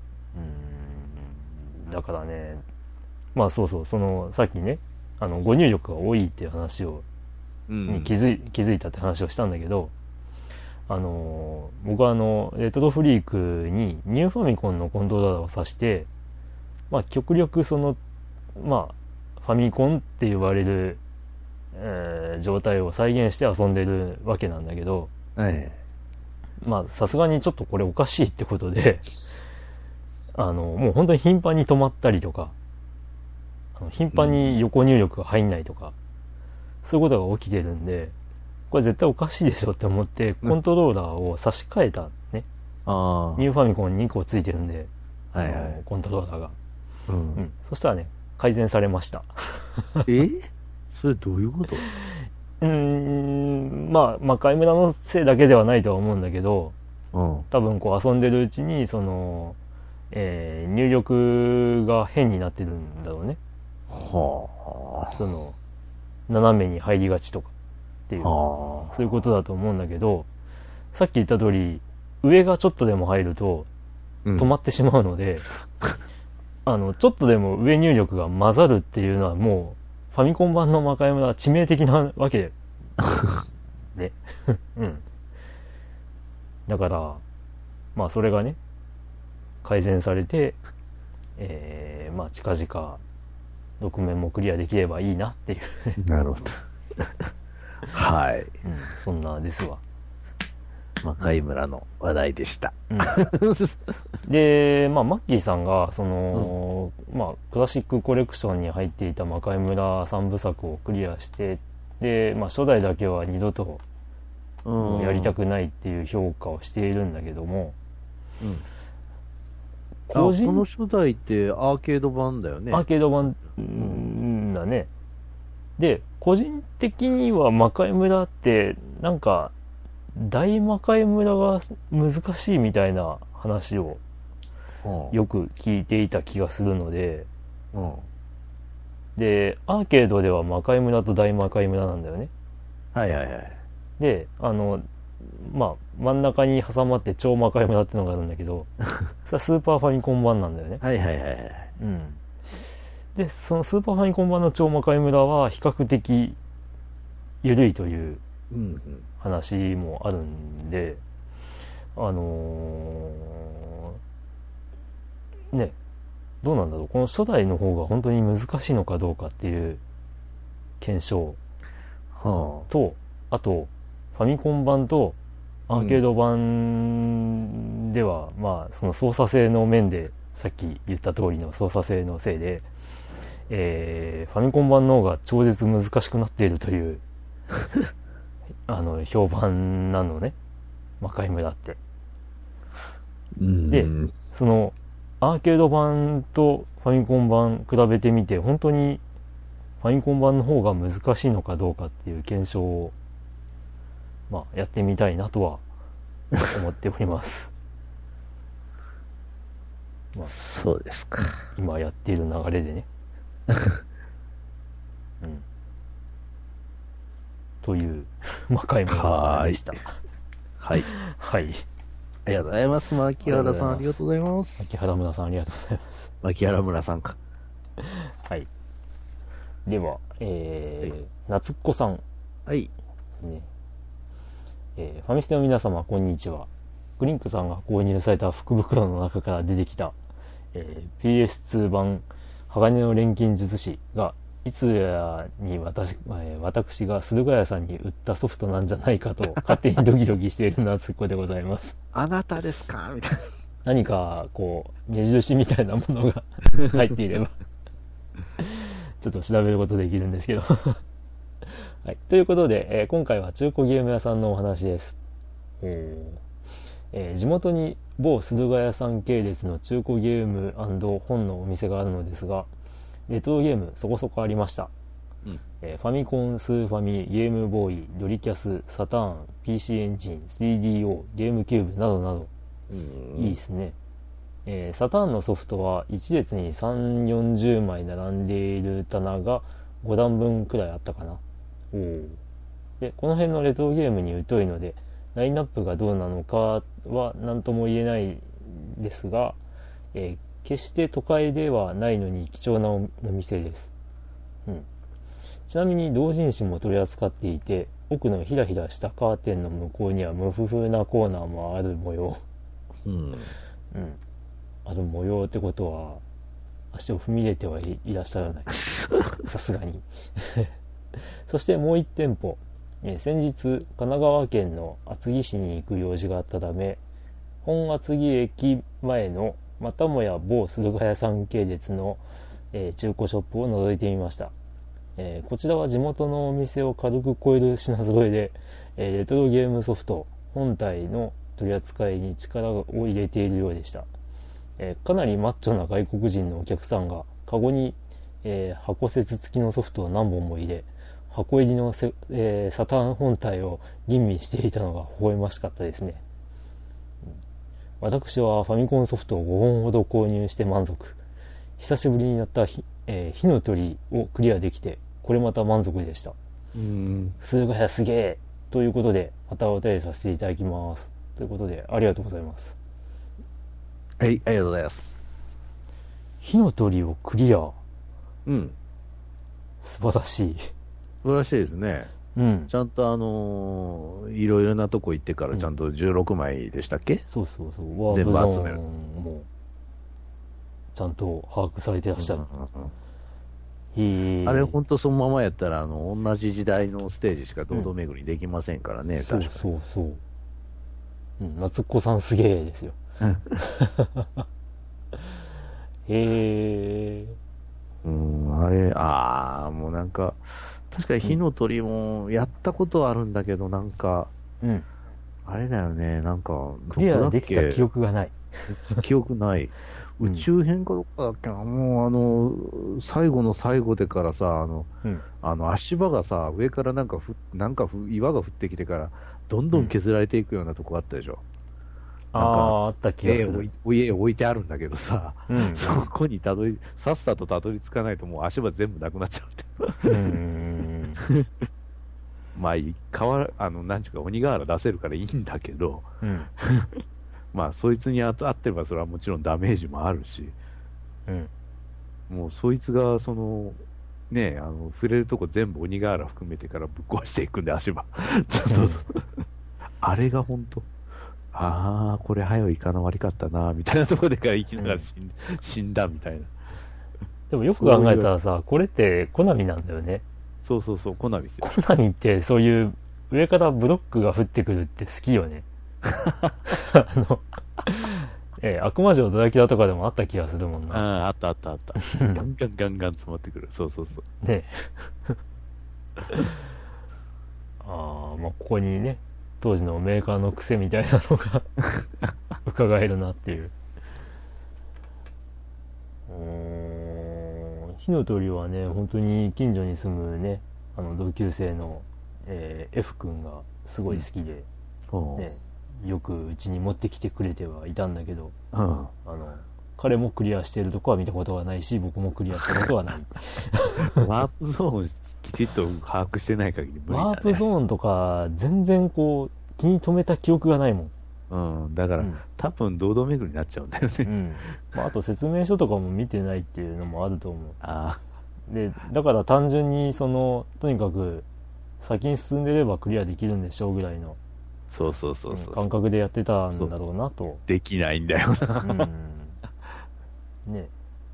ーん、だからね、まあそうそう、その、さっきね、あの、誤入力が多いっていう話を、 うん、 に気づい、気づいたって話をしたんだけど、あの、僕はあの、レトロフリークにニューファミコンのコントローラーを挿して、まあ極力その、まあ、ファミコンって言われる、えー状態を再現して遊んでるわけなんだけど、 はい。 まあさすがにちょっとこれおかしいってことで、あの、もう本当に頻繁に止まったりとか、あの頻繁に横入力が入んないとか、そういうことが起きてるんで、これ絶対おかしいでしょって思って、コントローラーを差し替えたね。 ああ。 ニューファミコンにこついてるんで、 はいはいあのコントローラーが。 ううんん。そしたらね、改善されました。 えそれどういうこと？ うーん、まあ、魔界村のせいだけではないとは思うんだけど、 うん。 多分こう遊んでるうちに、その、えー入力が変になってるんだろうね。 はその、斜めに入りがちとかっていあ。 う、 はそういうことだと思うんだけど、さっき言った通り、上がちょっとでも入るとあ。 止まってしまうので、あの、ちょっとでも上入力が混ざるっていうのはもう、ファミコン版の魔界村は致命的なわけで、うん。だから、まあそれがね、改善されて、えー、まあ近々、ド面もクリアできればいいなっていう、 なるほど。はい。 うん、そんなですわ。 魔界村の話題でした。 うん、で、まあ、マッキーさんが、その、うん、まあ、クラシックコレクションに入っていた魔界村三部作をクリアして、で、まあ、初代だけは二度とやりたくないっていう評価をしているんだけども、 うん、 個人あ、この初代ってアーケード版だよね。 アーケード版、うん、だね。で、個人的には魔界村って、なんか、大魔界村が難しいみたいな話をよく聞いていた気がするので、 うん、 で、アーケードでは魔界村と大魔界村なんだよね。 はいはいはい。 で、あの、まあ、真ん中に挟まって超魔界村ってのがあるんだけど、それはスーパーファミコン版なんだよね。 はいはいはいはい。 うん。で、そのスーパーファミコン版の超魔界村は比較的緩いという話もあるんで、あのー、ね、どうなんだろう。この初代の方が本当に難しいのかどうかっていう検証と、はあ、あと、ファミコン版とアーケード版では、うん、まあ、その操作性の面で、さっき言った通りの操作性のせいで、えー、ファミコン版の方が超絶難しくなっているというあの評判なのね、魔界村って。で、そのアーケード版とファミコン版比べてみて、本当にファミコン版の方が難しいのかどうかっていう検証を、まあ、やってみたいなとは思っております。 まあ、そうですか。 今やっている流れでね。うん、という魔界村でした。 はい。 はい。 ありがとうございます。牧原さん、ありがとうございます。 牧原村さん、ありがとうございます。 牧原村さんか。 はい。では、えー、はい、夏っ子さん。 はい。 ね。えー、ファミステの皆様、こんにちは。クリンクさんが購入された福袋の中から出てきた、えー、ピーエスツー 版、鋼の錬金術師が、いつやに私、えー、私が駿河屋さんに売ったソフトなんじゃないかと勝手にドキドキしている夏っ子でございます。 あなたですかみたいな。 何か、こう、目印みたいなものが入っていれば、ちょっと調べることできるんですけど。はい。ということで、えー、今回は中古ゲーム屋さんのお話です。えー、地元に某駿河屋さん系列の中古ゲーム&本のお店があるのですが、レトロゲームそこそこありました。うんえー、ファミコン、スーファミ、ゲームボーイ、ドリキャス、サターン、ピーシー エンジン、スリーディーオー、ゲームキューブなどなど、うんいいですね。えー、サターンのソフトは一列にさんじゅう、よんじゅうまい並んでいる棚がごだんぶんくらいあったかな。おで、この辺のレトロゲームに疎いので、ラインナップがどうなのかは何とも言えないですが、えー、決して都会ではないのに貴重な お, お店です、うん。ちなみに同人誌も取り扱っていて、奥のひらひらしたカーテンの向こうには無風風なコーナーもある模様。うん。うん。ある模様ってことは、足を踏み入れてはい、いらっしゃらない。さすがに。そしてもう一店舗。えー、先日、神奈川県の厚木市に行く用事があったため、本厚木駅前のまたもや某駿河屋さん系列の、えー、中古ショップを覗いてみました。えー、こちらは地元のお店を軽く超える品揃えで、えー、レトロゲームソフト本体の取り扱いに力を入れているようでした。えー、かなりマッチョな外国人のお客さんがカゴに、えー、箱節付きのソフトを何本も入れ、箱入りのせ、えー、サターン本体を吟味していたのが微笑ましかったですね。私はファミコンソフトをごほんほど購入して満足。久しぶりにやった火、えー、火の鳥をクリアできて、これまた満足でした。うーん。駿河屋すげえということで、またお便りさせていただきます。ということで、ありがとうございます。 はい、ありがとうございます。 火の鳥をクリア。 うん。 素晴らしい。 素晴らしいですね。うん。ちゃんとあのー、いろいろなとこ行ってからちゃんとじゅうろくまいでしたっけ、うん、 そうそうそう。 全部集める。 もう、ちゃんと把握されてらっしゃる。 うんうんうん、あれ本当そのままやったら、あの、同じ時代のステージしか堂々巡りできませんからね、うん、確かに。そうそうそう。 うん、夏っ子さんすげえですよ。へえ。 うん、あれ、ああ、もうなんか、確かに火の鳥もやったことはあるんだけど、なんか、うん、あれだよね、なんか、 クリアできた記憶がない。 記憶ない。宇宙編かどっかだっけな、うん、もうあの、最後の最後でからさ、あの、うん、あの足場がさ、上からなんかふ、なんかふ岩が降ってきてから、どんどん削られていくようなとこあったでしょ。 ああ、あった気がする。 家置いてあるんだけどさ、 うん、 そこにたどり、さっさとたどり着かないともう足場全部なくなっちゃうって。 うん。 まあ、川、あの、なんちゅうか、鬼瓦出せるからいいんだけど、 うん、 まあ、そいつに合ってれば、それはもちろんダメージもあるし、 うん、 もう、そいつが、その、ね、あの、触れるとこ全部鬼瓦含めてからぶっ壊していくんで、足場。ちょっと、あれが本当、ああ、これ、はよいかな、悪かったな、みたいなところでから生きながら死ん,、うん、死んだみたいな。 でもよく考えたらさ、これってコナミなんだよね。 そうそうそう、コナミですよ。 コナミってそういう上からブロックが降ってくるって好きよね。あの、ええ、悪魔城ドラキュラとかでもあった気がするもんな。 ああ、あったあったあった。ガンガンガンガン詰まってくる。そうそうそう。 ねああ、まあここにね、当時のメーカーの癖みたいなのが伺えるなっていう。うーん、火の鳥はね、本当に近所に住むね、あの同級生の、えー、F 君がすごい好きで、 うんね、よくうちに持ってきてくれてはいたんだけど、 うん、あの彼もクリアしているとこは見たことはないし、僕もクリアしたことはない。 ワープゾーンきちっと把握してない限り無理だね。 ワープゾーンとか全然こう気に留めた記憶がないもん。 うん、だから、うん、多分堂々巡りになっちゃうんだよね。 うん。まあ、あと説明書とかも見てないっていうのもあると思う。 ああ。 で、だから単純にその、とにかく先に進んでればクリアできるんでしょうぐらいの、 そうそうそうそう、 うん、感覚でやってたんだろうなと。 できないんだよな。うん。 ね。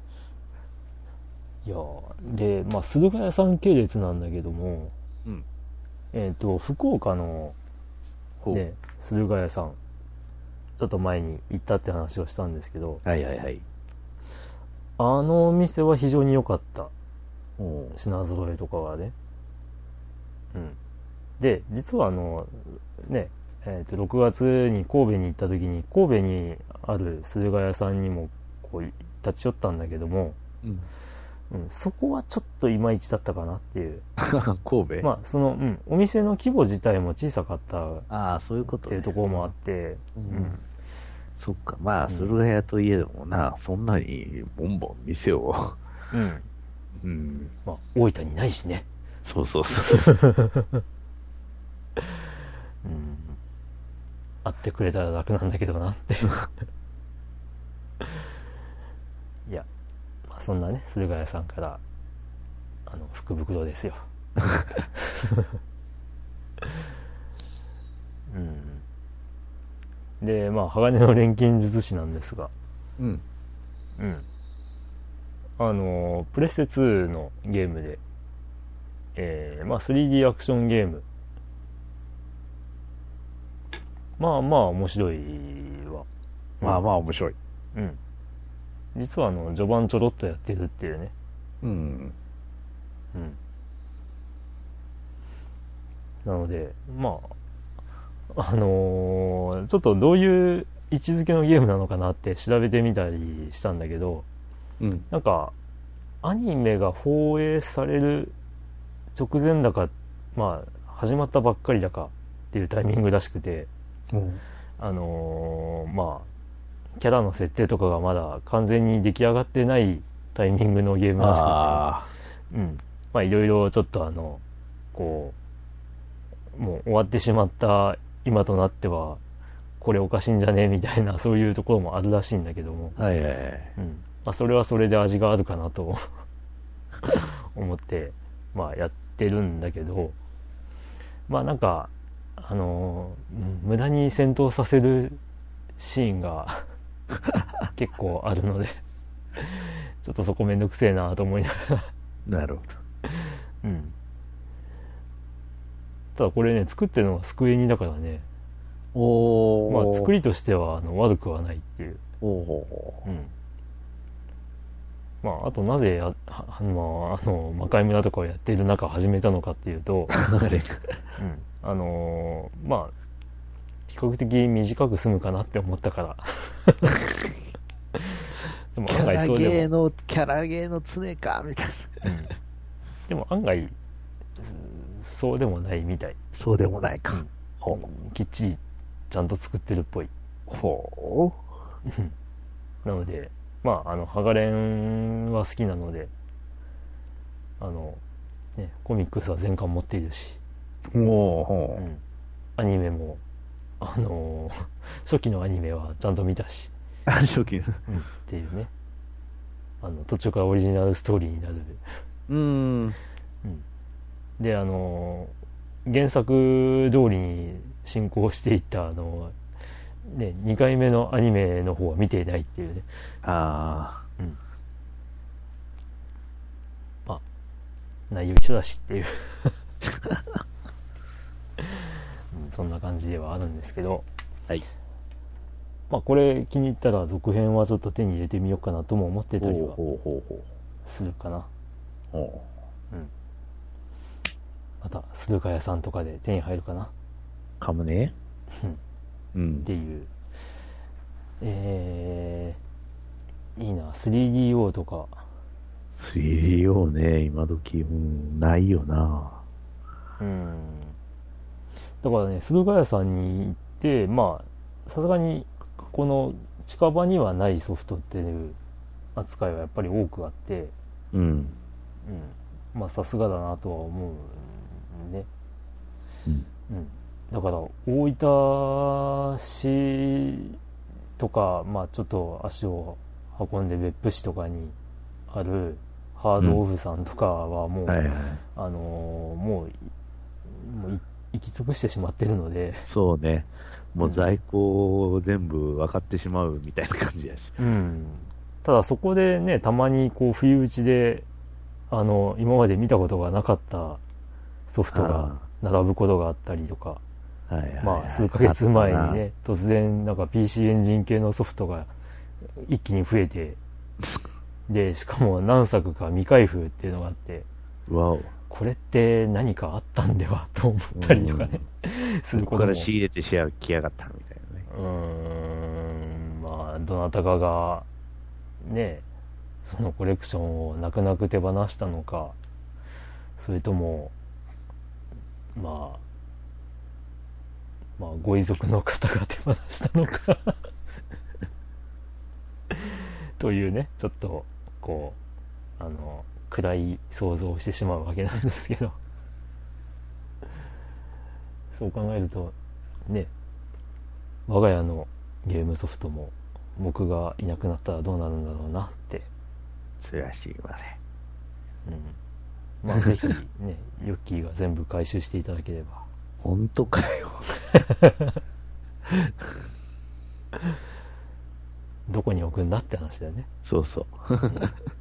いやで、まあ、駿河屋さん系列なんだけども、うん、えっと、福岡の、ね、駿河屋さん、ちょっと前に行ったって話をしたんですけど、 はいはいはい。 あのお店は非常に良かった。品揃えとかがね。うん。で、実はあの、ね、えっと、ろくがつに神戸に行った時に、神戸にある駿河屋さんにも、こう、立ち寄ったんだけども、うんうん、そこはちょっといまいちだったかなっていう。 神戸まあ、その、うん、お店の規模自体も小さかった。 ああ、そういうこと、ね、 っていうところもあって、うん。うん、 そっか、まあ、駿河屋といえどもな、うん、そんなにボンボン店を。 うん。うん。まあ、大分にないしね。 そうそうそう。うん。 会ってくれたら楽なんだけどなって。いや。そんなね、駿河屋さんからあの福袋ですよ。うん、で、まあ鋼の錬金術師なんですが、うん、うん、あのプレステツーのゲームで、えー、まあ スリーディー アクションゲーム、まあまあ面白いわ。 まあまあ面白い。 うん。実はあの序盤ちょろっとやってるっていうね。うん。うん。なので、まあ、あのー、ちょっとどういう位置づけのゲームなのかなって調べてみたりしたんだけど、うん。なんか、アニメが放映される直前だか、まあ、始まったばっかりだかっていうタイミングらしくて、うん。あのー、まあ、キャラの設定とかがまだ完全に出来上がってないタイミングのゲームらしくて、あうん。まあいろいろちょっとあの、こう、もう終わってしまった今となっては、これおかしいんじゃねえみたいな、そういうところもあるらしいんだけども。はいはいはい。うん。まあそれはそれで味があるかなと思って、まあやってるんだけど、まあなんか、あのー、無駄に戦闘させるシーンが結構あるのでちょっとそこめんどくせえなと思いながらなるほど。うん。 ただこれね、作ってるのがスクエニだからね。おー。まあ作りとしてはあの悪くはないっていう。おー。うん。まああとなぜや、あの、あの魔界村とかをやっている中始めたのかっていうと、あれ、うん。あのー、まあ比較的短く済むかなって思ったからでも案外そうでもキャラゲーのキャラゲーの常かみたいな、うん、 でも案外そうでもないみたい。 そうでもないか、うん、 ほうきっちりちゃんと作ってるっぽい。 ほなので、まあ、あの、ハガレンは好きなので、あの、ね、コミックスは全巻持っているし、 う。ほう。 うん、アニメも、あのー初期のアニメはちゃんと見たし、 初期の。 うん、っていうね、あの、途中からオリジナルストーリーになる。 うーん。 うん、で、あのー原作通りに進行していったあのね、にかいめのアニメの方は見ていないっていうね。 あうん。まあ、内容一緒だしっていう、うん、そんな感じではあるんですけど、 あ。はい。 まあこれ気に入ったら続編はちょっと手に入れてみようかなとも思ってたりはほうほうほうするかな。 ほうん。また、駿河屋さんとかで手に入るかな。 う。かもね。 うん。 うんって。いう。えー、いいな。スリーディーオー とか。 スリーディーオー ね、今時、うん、ないよな。 うん。だからね、駿河屋さんに行って、まあ、さすがに、この近場にはないソフトっていう扱いはやっぱり多くあって、 うん。 うん。まあ、さすがだなとは思うね。 うん。 うん。だから、大分市とか、まあ、ちょっと足を運んで別府市とかにあるハードオフさんとかはもう、 はいはい。 あのーもう、もうい行き尽くしてしまってるので、 そうね。もううん在庫全部分かってしまうみたいな感じやし。 うん。ただそこでね、たまにこう、不意打ちで、あの、今まで見たことがなかったソフトが並ぶことがあったりとか、 はいはい、はい。 まあ、数ヶ月前にあっね、突然なんか ピーシー エンジン系のソフトが一気に増えて、で、しかも何作か未開封っていうのがあって、 たな。わお。 これって何かあったんではと思ったりとかね、するここことも。 から仕入れてシェア来やがったみたいなね。 うーん、まあ、どなたかが、ね、そのコレクションを泣く泣く手放したのか、それとも、まあ、まあ、ご遺族の方が手放したのかというね、ちょっと、こう、あの、暗い想像をしてしまうわけなんですけどそう考えると、ね、我が家のゲームソフトも僕がいなくなったらどうなるんだろうなって、 それは知りません。 うん、まあぜひねヨッキーが全部回収していただければ。 本当かよどこに置くんだって話だよね。 そうそう、うん、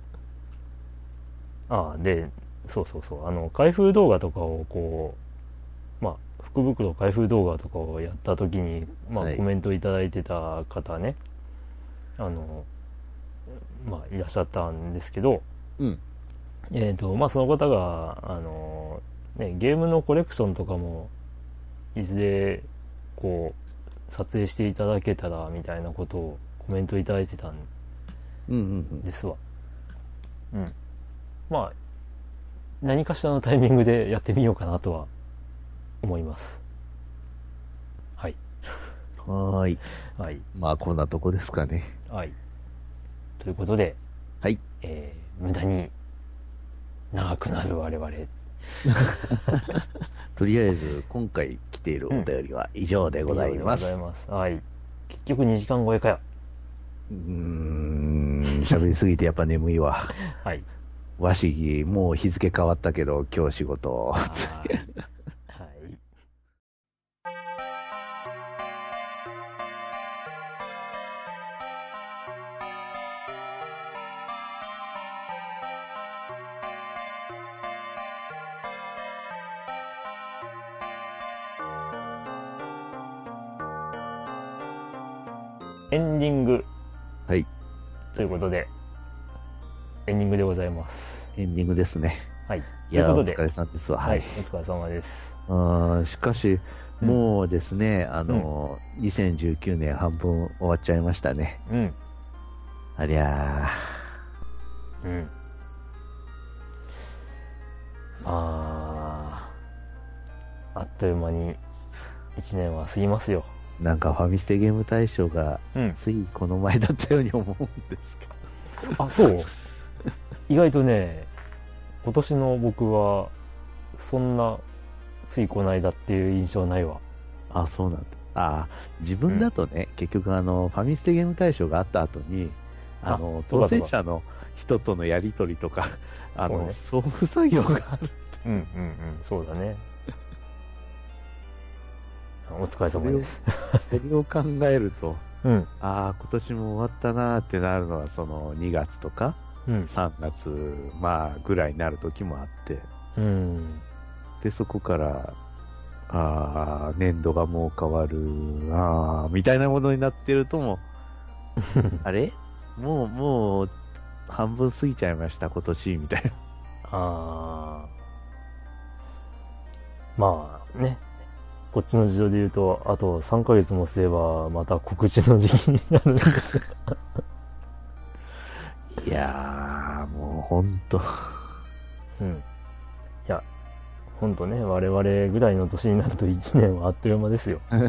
ああ、でそうそうそう、あの開封動画とかをこう、まあ福袋開封動画とかをやった時に、まあ、 はい、 コメントいただいてた方ね、あのまあいらっしゃったんですけど、 うんえーとまあ、その方が、あのね、ゲームのコレクションとかもいずれこう撮影していただけたらみたいなことをコメントいただいてたんうんうんですわ。うん。まあ何かしらのタイミングでやってみようかなとは思います。はい。 うん。はーい。 はい。 まあこんなとこですかね。 はい。ということで、 はい。 えー、無駄に長くなる我々。 とりあえず今回来ているお便りは以上でございます。 以上でございます。はい。結局にじかん超えかよ。 うーん、喋りすぎてやっぱ眠いわ。 はい。 わし、もう日付変わったけど、今日仕事。 はい。はい。エンディングはい。 ということで、エンディングでございます。 エンディングですね。 はい。 いというや、 ことで、 お疲れさんですわ。 ははいい。、 お疲れ様です。 あーしかし、 うんもうですね、あの、にせんじゅうきゅうねん半分終わっちゃいましたね。 うん。 ありゃうん。まあ、あっという間にいちねんは過ぎますよ。 なんかファミステゲーム大賞がうん。 ついこの前だったように思うんですけど。 あ、そう意外とね、今年の僕は、そんな、ついこないだっていう印象ないわ。 あ、そうなんだ。あ、自分だとね、結局あの、ファミステゲーム大賞があった後に、あの、当そうかそうか選者の人とのやりとりとか、あの、 そうね送付作業がある。 うんうんうん、そうだね。お疲れ様です。 それを考えると、 うん、 ああ、今年も終わったなーってなるのは、そのにがつとかうん、 さんがつ、まあ、ぐらいになる時もあって、 うん。 で、そこから、ああ、年度がもう変わる、ああ、みたいなものになってるとも、あれもう、もう、半分過ぎちゃいました、今年、みたいな。 あー。まあね、こっちの事情で言うと、あとさんかげつもすれば、また告知の時期になるんですよ。 いやー、もうほんと。 うん。いや、ほんとね、我々ぐらいの年になるといちねんはあっという間ですよ。うん。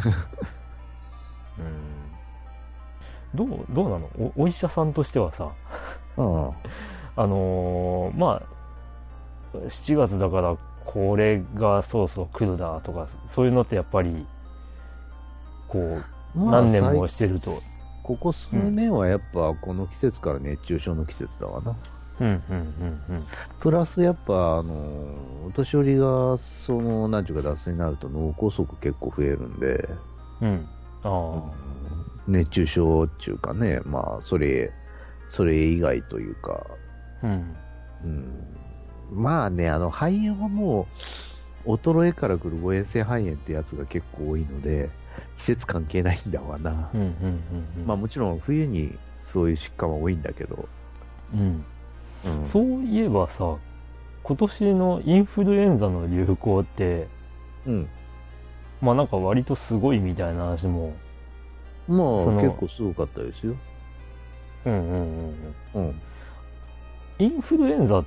どう、どうなの お, お医者さんとしてはさ、 うん。 あのー、まあ、しちがつだからこれがそろそろ来るだとか、そういうのってやっぱり、こう、 まあ何年もしてると。 ここ数年はやっぱこの季節から熱中症の季節だわな。 うん、うん、うん、うん。 プラスやっぱ、あの、お年寄りが、その、なんちゅうか脱水になると脳梗塞結構増えるんで、 うん。ああ。 熱中症っていうかね、まあ、それ、それ以外というか、 うん。 うん、まあね、あの、肺炎はもう、衰えから来る誤嚥性肺炎ってやつが結構多いので、季節関係ないんだわな。 うん、うん、うん。うんまあもちろん冬にそういう疾患は多いんだけど、 うん。 うん、 そういえばさ、今年のインフルエンザの流行って、 うん。 まあなんか割とすごいみたいな話も、 まそのあ結構すごかったですよ。 うんうんうんうん。 うん。 インフルエンザって、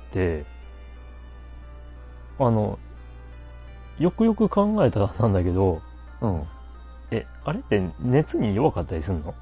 あの、よくよく考えたらなんだけど、 うん。 え、あれって熱に弱かったりするの？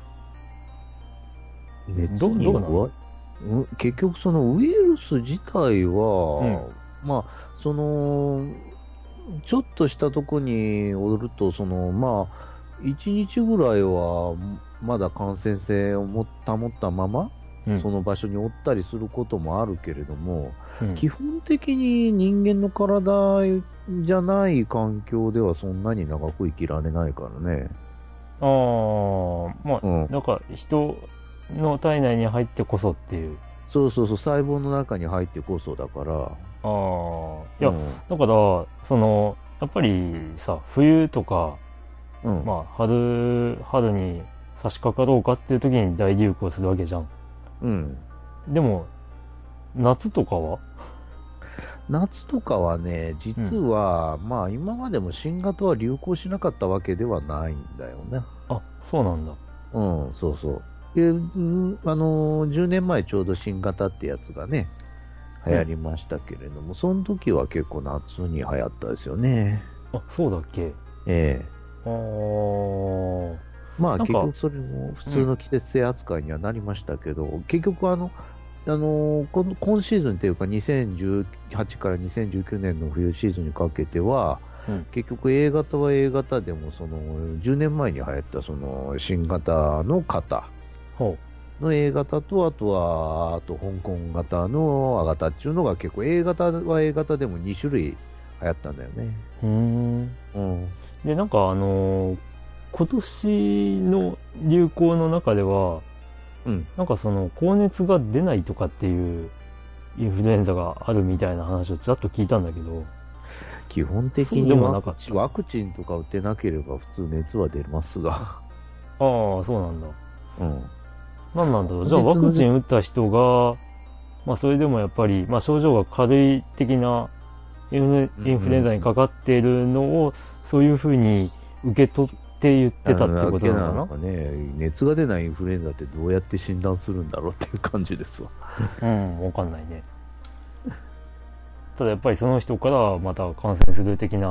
熱にどどうなの弱いうん結局そのウイルス自体は、 うんまあ、その、ちょっとしたとこにおると、その、まあ、いちにちぐらいは、まだ感染性をも保ったまま、 うんその場所におったりすることもあるけれども、 うん基本的に人間の体じゃない環境ではそんなに長く生きられないからね。 ああ、まあ、 うんなんか人の体内に入ってこそっていう。 そうそうそう、細胞の中に入ってこそだから。 ああ、いや、 うんだから、その、やっぱりさ、冬とか、 うん、 まあ、春、春に差し掛かろうかっていう時に大流行するわけじゃん。 うん。 でも、夏とかは夏とかはね、実は、まあ今までも新型は流行しなかったわけではないんだよね。 あ、そうなんだ。 うん、そうそう。で、うんあのー、じゅうねんまえちょうど新型ってやつがね、流行りましたけれども、その時は結構夏に流行ったですよね。 あ、そうだっけ。 ええあー。 まあなんか結局それも普通の季節性扱いにはなりましたけど、結局あの、あのーこの今シーズンというかにせんじゅうはちからにせんじゅうきゅうねんの冬シーズンにかけては、 うん結局 A 型は A 型でもそのじゅうねんまえに流行ったその新型の型ほの A 型と、あとはあと香港型のア型っていうのが結構 A 型は A 型でもに種類流行ったんだよね。 う。うーん。 うん。 で、なんかあのー今年の流行の中では、 うん。 なんかその高熱が出ないとかっていうインフルエンザがあるみたいな話をちらっと聞いたんだけど、 基本的そうでにワクもなかったチンワクチンとか打ってなければ普通熱は出ますが。 ああ、そうなんだ。 うん。 なんなんだろう。じゃあワクチン打った人が、まあそれでもやっぱり、まあ症状が軽い的なインフルインフルエンザにかかっているのを、そういうふうに受け取って言ってたってことなのかなんかね、熱が出ないインフルエンザってどうやって診断するんだろうっていう感じですわ。 な。うん、わかんないね。ただやっぱりその人からまた感染する的な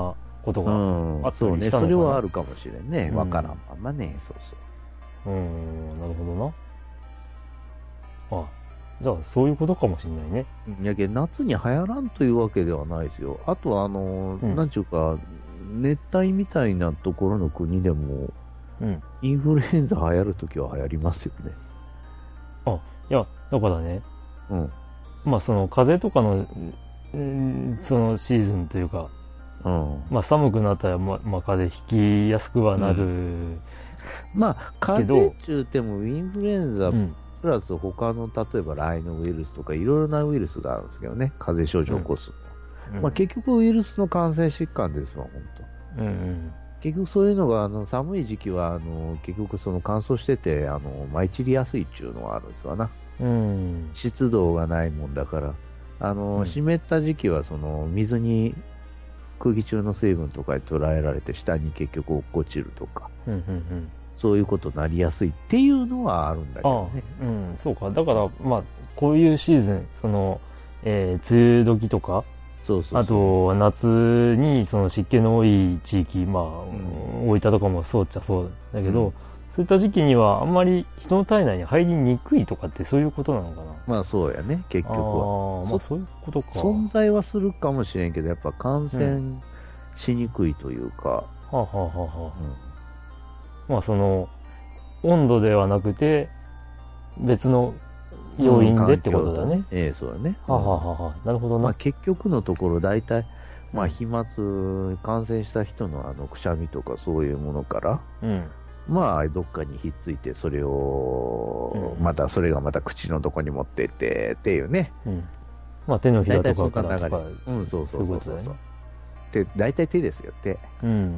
ことがうん、 あったそうね、 りしたのかな。 それはあるかもしれんね。 うんわからんままね、そうそう。 うーん、なるほどな。あ、じゃあそういうことかもしれないね。 いやけど夏に流行らんというわけではないですよ。あとは、あの、 うんなんちゅうか、熱帯みたいなところの国でも、 うん。 インフルエンザ流行るときは流行りますよね。 あ、いや、だからね、 うん。 まあその風邪とかの、うんそのシーズンというか、 うん。 まあ寒くなったら、ま、まあ風邪ひきやすくはなる。 まあ、風邪中ってもインフルエンザうん。 プラス他の、例えばライノウイルスとかいろいろなウイルスがあるんですけどね。風邪症状を起こす。 うんまあ結局ウイルスの感染疾患ですわ、本当。 うんうん。 結局そういうのが、あの、寒い時期は、あの、結局その乾燥してて、あの、舞い散りやすいっていうのはあるんですわな。 うん。 湿度がないもんだから、あの、 うん湿った時期はその、水に空気中の水分とかに捉えられて下に結局落っこちるとか、 うんうんうん。 そういうことになりやすいっていうのはあるんだけあどね。 あ、うん、そうか。だから、まあ、こういうシーズン、その、えー、梅雨時とか、 そうそうそう。 あと、夏にその湿気の多い地域、まあ、 ん大分とかもそうっちゃそうだけど、 うんそういった時期にはあんまり人の体内に入りにくいとかってそういうことなのかな。 まあそうやね、結局は。 ああ、まあそそういうことか。 存在はするかもしれんけど、やっぱ感う染しにくいというか、 はあ、はあはあはあ、 うんまあその、温度ではなくて、別の要因でってことだね。 うんええ、そうだね。 はあ、はあはあはあ、なるほどな。 まあ結局のところ大体、まあうん飛沫、感染した人のあのくしゃみとかそういうものから、 うん。 まあどっかにひっついて、それを、 うんまたそれがまた口のとこに持ってってっていうね。 うん。まあ手のひら大体そとかからとんな流れか。。 うん、そうそうそうそうそういうことだよね。 で、大体手ですよ、手。 うん。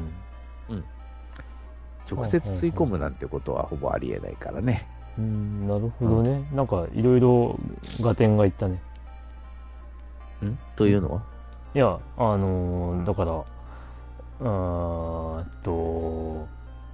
直接吸い込むなんてことはほぼありえないからね。 うん、なるほどね。なんかいろいろ合点がいったね。 んというのは、 いや、あのーだから、あーっと、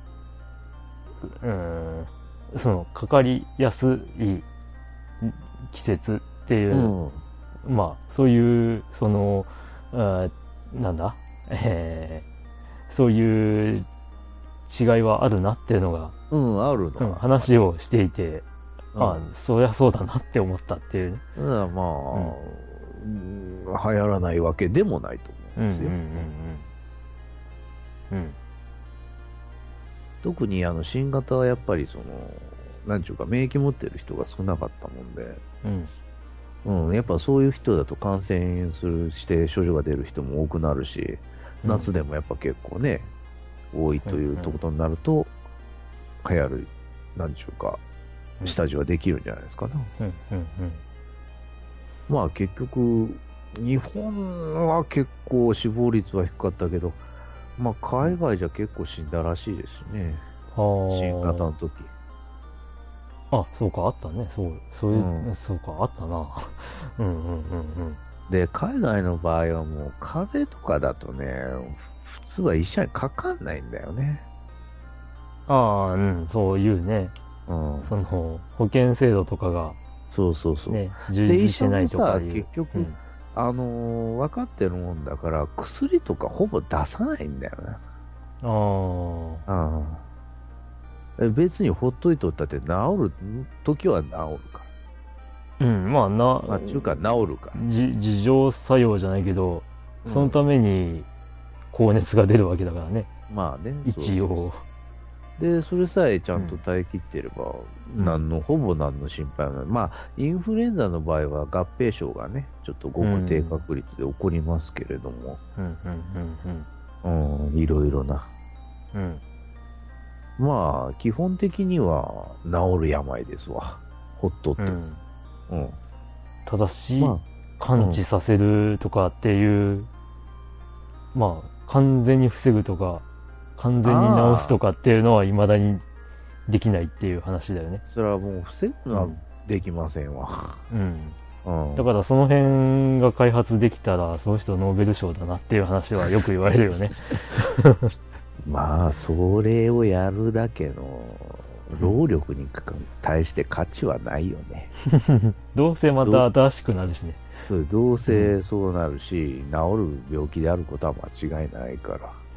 うん、その、かかりやすい季節っていう、 うん。 まあ、そういう、その、あーなんだ、えーそういう違いはあるなっていうのが、 うん、あるのうんは。 話をしていて、 うんあそりゃそうだなって思ったっていうね。 だからまあ、うん流行らないわけでもないと思うんですよ。 うんうんうん特にあの新型はやっぱりその、なんちゅうか免疫持ってる人が少なかったもんで、 うんうん、やっぱそういう人だと感染するして症状が出る人も多くなるし、 うん夏でもやっぱ結構ね、多いということになると、流行る、なんちゅうか、 うん下地はできるんじゃないですかね。 うんうんまあ結局、日本は結構死亡率は低かったけど、まあ海外じゃ結構死んだらしいですね。 はあ。 新型の時。 あ、そうか、あったね。そう、そういう、 うんそうか、あったな。うんうんうんうん。 で、海外の場合はもう風邪とかだとね、普通は医者にかかんないんだよね。 ああ、うん、そういうね、 うん。 その、保険制度とかがそうそうそう。 ね、充実してないとかいう。 で医者もさ結局うんあのー分かってるもんだから、薬とかほぼ出さないんだよね。 ああ、 うん。別にほっといとったって治る時は治るかうん、まあな、 ら。まあ、中華治るから。 じ自浄作用じゃないけど、 うんそのために高熱が出るわけだからね、 まあね。 一応。 で、それさえちゃんと耐え切ってれば、 うん何の、ほぼ何の心配もない。まあ、インフルエンザの場合は合併症がね、ちょっとごく低確率で起こりますけれども、 うんうんうんうん、いろいろな。 うん。うん。 まあ、基本的には治る病ですわ。ほっとっても。 うん。 うん。 ただし、 ま感知させるとかっていう、まあ、完全に防ぐとか、完全に治すとかっていうのは未だにできないっていう話だよねあ、。それはもう防ぐのはできませんわ。 うん。 うん。 だからその辺が開発できたら、その人ノーベル賞だなっていう話はよく言われるよね。 まあ、それをやるだけの労力に対して価値はないよね。 どうせまた新しくなるしね。 そう、どうせそうなるし、治る病気であることは間違いないから。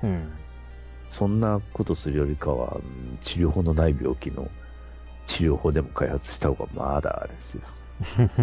うん。 そんなことするよりかは、治療法のない病気の治療法でも開発した方がまだあれですよ。 うん。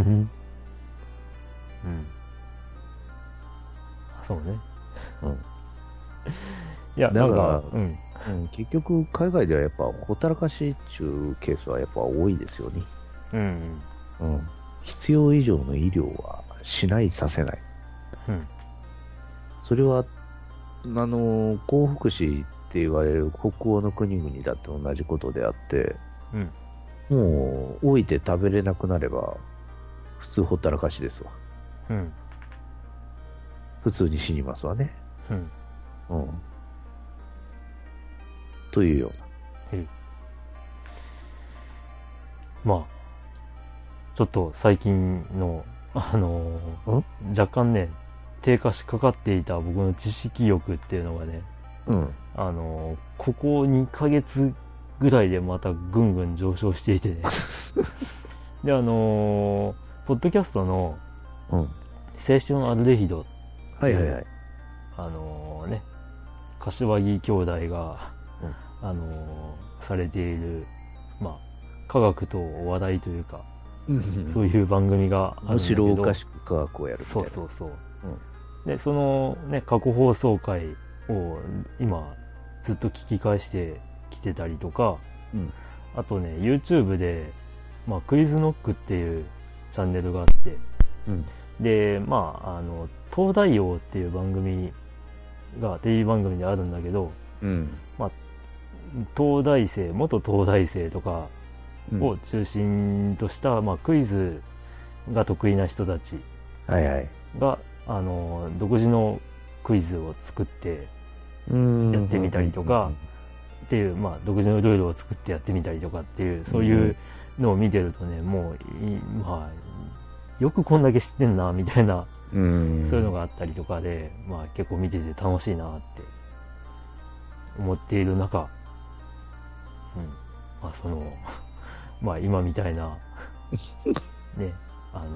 そうね。 うん。 いや、 だから、 なんか、うん。 うん、結局、海外ではやっぱ、ほったらかしっていうケースはやっぱ多いですよね。 うん。 うん。必要以上の医療はしない、させない。 うん。 それは、あの、幸福祉って言われる北欧の国々だって同じことであって、 うん。 もう、老いて食べれなくなれば、普通ほったらかしですわ。 うん。 普通に死にますわね。 うん。 うん。というような。 へい。まあ、ちょっと最近の、あのー若干ね、低下しかかっていた僕の知識欲っていうのがね、 うん。 あのーここにかげつぐらいでまたぐんぐん上昇していてね。で、あのーポッドキャストのうん。 青春アルデヒド、 はいはいはい。 あのーね、柏木兄弟が、 うんあのーされている、まあ、科学とお笑いというか、そういう番組があるんだけど、 面白おかしく科学をやるみたいな。 そうそうそう。で、そのね、過去放送回を今ずっと聞き返してきてたりとか、 うん。 あとね、YouTube で、まあ、クイズノックっていうチャンネルがあって、 うん。 で、まあ、あの、東大王っていう番組がテレビ番組であるんだけど、 うん。 まあ、東大生、元東大生とかうんを中心とした、まあ、クイズが得意な人たちはいはい。 が、あの、独自のクイズを作ってうん。 やってみたりとか、っていう、まあ、独自のルールを作ってやってみたりとかっていう、そういうのを見てるとね、もうい、まあ、よくこんだけ知ってんな、みたいな、 うん。 そういうのがあったりとかで、まあ、結構見てて楽しいなって思っている中、うん、まあ、その、まあ、今みたいな、ね、あのー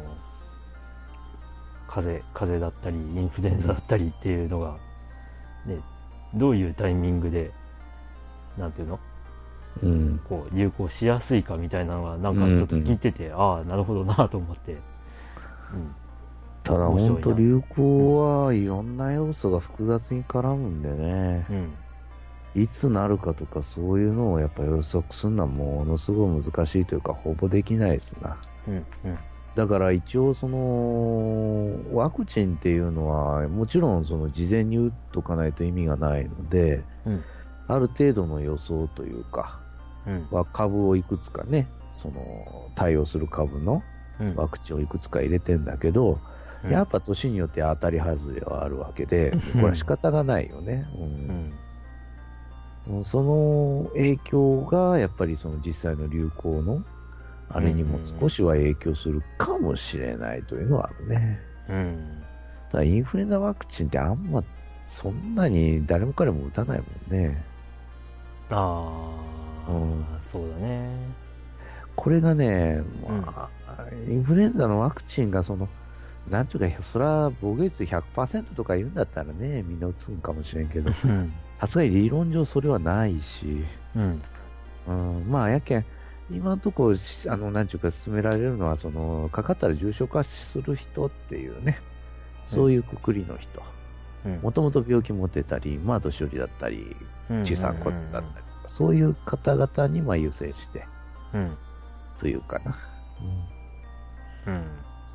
風邪、風邪だったり、インフルエンザだったりっていうのが、ね、どういうタイミングで、なんていうのうん。 こう、流行しやすいかみたいなのが、なんかちょっと聞いてて、ああ、なるほどなと思って、うん。 ただ、 面白いな本当流行はいろんな要素が複雑に絡むんでね、 うん。 いつなるかとかそういうのをやっぱ予測するのはものすごい難しいというか、ほぼできないですな。 うん。うん。 だから一応その、ワクチンっていうのは、もちろんその事前に打っとかないと意味がないので、 うん。 ある程度の予想というか、 うん。 は株をいくつかね、その対応する株のうん。 ワクチンをいくつか入れてんだけど、 うんやっぱ年によって当たり外れはあるわけで、これは仕方がないよね。ううんん。 もうその影響がやっぱりその実際の流行のあれにも少しは影響するかもしれないというのはあるね。 うん。 ただインフルエンザワクチンってあんまそんなに誰も彼も打たないもんね。 ああ、 うん、 そうだね。 これがね、まあ、インフルエンザのワクチンがその、なんちゅうか、それは防御率ひゃくパーセントとか言うんだったらね、みんな打つんかもしれんけど、 うん。 さすがに理論上それはないし、 うん。 うん、まあ、やけん、今のところ、あの、なんちゅうか、進められるのは、その、かかったら重症化する人っていうね、そういうくくりの人。もともと病気持ってたり、まあ、年寄りだったり、小さな子だったり、そういう方々にまあ優先して、 うん。 というかな。 うん。うん。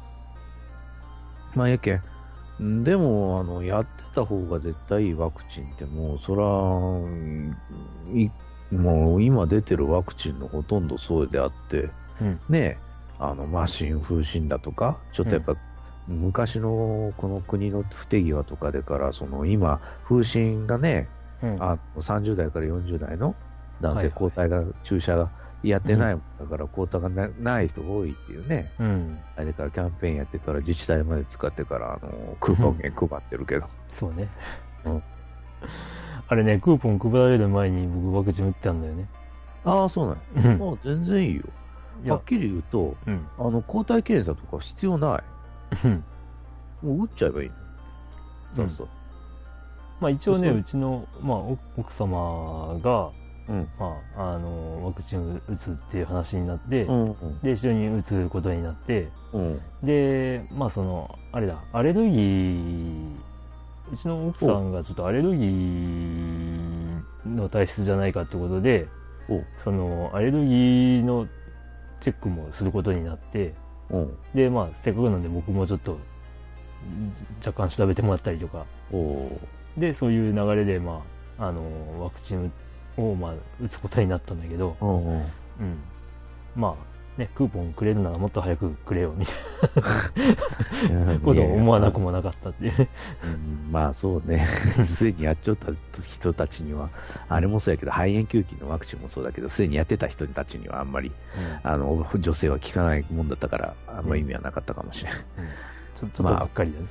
まあ、やけん、でも、あの、やってた方が絶対いいワクチンってもう、そら、いもう今出てるワクチンのほとんどそうであって、 うん。 ね、あの、マシン風疹だとか、ちょっとやっぱ、昔のこの国の不手際とかでから、その今、風疹がね、 うん、 あさんじゅう代からよんじゅう代の男性、 はいはい抗体が、注射がやってないもんだから、抗体が な, ない人が多いっていうね、 うん、 あれからキャンペーンやってから、自治体まで使ってから、あのクーポン券配ってるけど。 そうね。 うん、 あれね、クーポン配られる前に僕ワクチン打ってたんだよね。 ああ、そうなんや。もう全然いいよ。はっきり言うと、 うん、 あの抗体検査とか必要ない。もう打っちゃえばいいの。そうそう。 まあ一応ね、 そううちの、まあ、お奥様が、 うん。 まあ、あの、ワクチン打つっていう話になって、 うんうん。 で、一緒に打つことになって、 うん。 で、まあその、あれだ、アレルギー、うちの奥さんがちょっとアレルギーの体質じゃないかってことで、 おその、アレルギーのチェックもすることになって、 うん。 で、まあ、せっかくなんで僕もちょっと、若干調べてもらったりとか、 おで、そういう流れで、まあ、あの、ワクチンを、まあ、打つことになったんだけど、 うんうん。 うん。まあ、ね、クーポンくれるならもっと早くくれよ、みたいなことを思わなくもなかったっていうね。 うん、まあそうね、すでにやっちゃった人たちには、あれもそうやけど、肺炎球菌のワクチンもそうだけど、すでにやってた人たちにはあんまり、 うんあの、女性は効かないもんだったから、あんま意味はなかったかもしれない。 うんちょちょっとばっかりだね。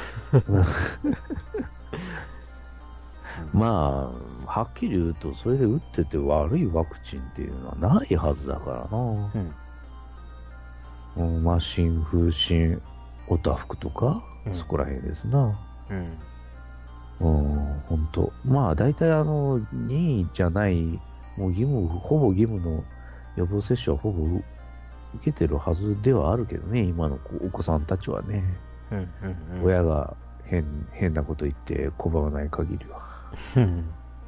まあ、はっきり言うと、それで打ってて悪いワクチンっていうのはないはずだからな。 うんうん、まあ、新風疹、おたふくとか、 うんそこら辺ですな。 うんうん、本当。まあ、大体あの、任意じゃない、もう義務、ほぼ義務の予防接種はほぼ受けてるはずではあるけどね、今のお子さんたちはね。 うんうんうん親が変、変なこと言って拒まない限りは。 うん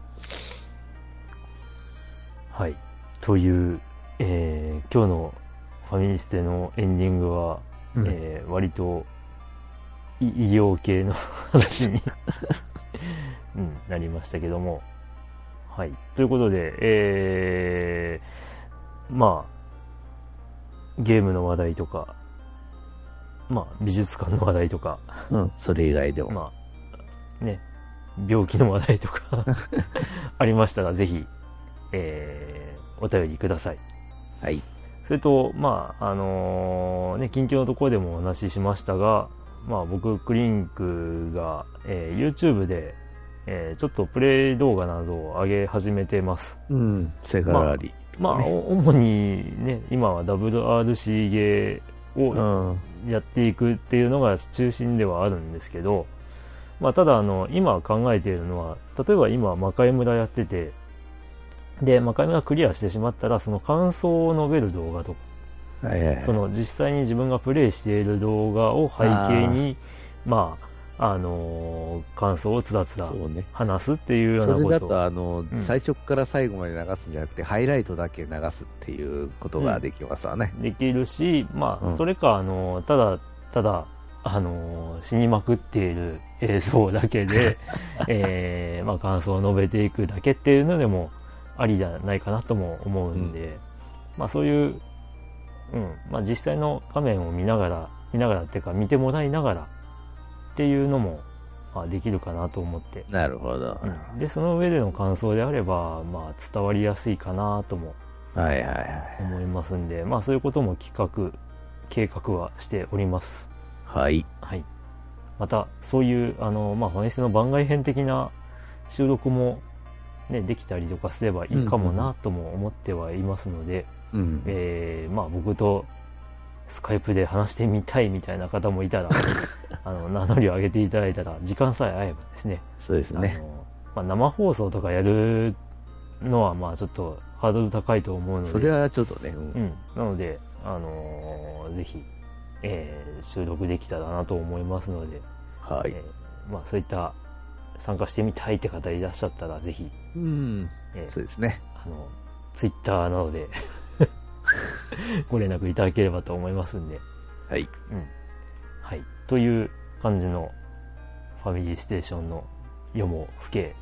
はい。という、えー今日のファミリステのエンディングは、 うんえー割とい医療系の話に、うん、なりましたけども。はい。ということで、えーまあ、ゲームの話題とか、まあ、美術館の話題とか、 うん、それ以外でも。 まあ、ね、病気の話題とかありましたら、ぜひ、えーお便りください。 はい。 それと、まあ、あのね、近況のところでもお話ししましたが、まあ、僕、クリンクが、えー YouTube で、えーちょっとプレイ動画などを上げ始めてます。 うん、セガラリーとまあ、 かね。 お主にね、今は ダブリューアールシー ゲーをうん。 やっていくっていうのが中心ではあるんですけど、まあ、ただ、あの、今考えているのは、例えば今、魔界村やってて、で、魔界村クリアしてしまったら、その感想を述べる動画とか、 はいはいはい。 その実際に自分がプレイしている動画を背景に、まあ、あのー感想をつらつらそうね。 話すっていうようなそれだことを。 と、あの、 ん最初から最後まで流すんじゃなくて、ハイライトだけ流すっていうことができますわね。 できるし、まあ、 うんそれか、あの、ただ、ただ、あの、死にまくっている映像だけで、えーまあ、感想を述べていくだけっていうのでも、ありじゃないかなとも思うんで、まあ、そういう、うん、まあ、実際の画面を見ながら、見ながらっていうか、見てもらいながらっていうのも、まあ、できるかなと思って、 なるほど。 うん、で、その上での感想であれば、まあ、伝わりやすいかなともはいはいはい。 思いますんで、まあそういうことも企画、計画はしております。 はい。 はい。また、そういう、あの、まあファミステの番外編的な収録もね、できたりとかすればいいかもなとも思ってはいますので、 うん。 えー、まあ僕とスカイプで話してみたいみたいな方もいたら、あの、名乗りを上げていただいたら、時間さえ合えばですね、 そうですね。 あの、まあ生放送とかやるのは、まあちょっとハードル高いと思うので、 それはちょっとね、うんう。ん、なので、あのーぜひ、えー収録できたらなと思いますので、 はい。 えーまあ、そういった参加してみたいって方いらっしゃったら、ぜひ、 うん。 えーそうですね。 あの、ツイッターなどでご連絡いただければと思いますんで、 はい。 うん。はい。という感じのファミリーステーションの夜も更け。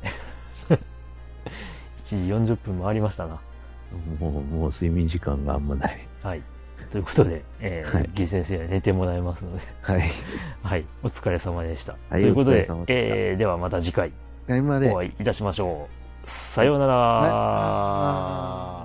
いちじよんじゅっぷん回りましたな。 もう、もう睡眠時間があんまない。 はい。ということで、えーはいギー先生には寝てもらいますので、 はい。 はい。お疲れ様でした。 はいということで、 お疲れ様でしたえーではまた次回今で。 お会いいたしましょう。さようなら。 あー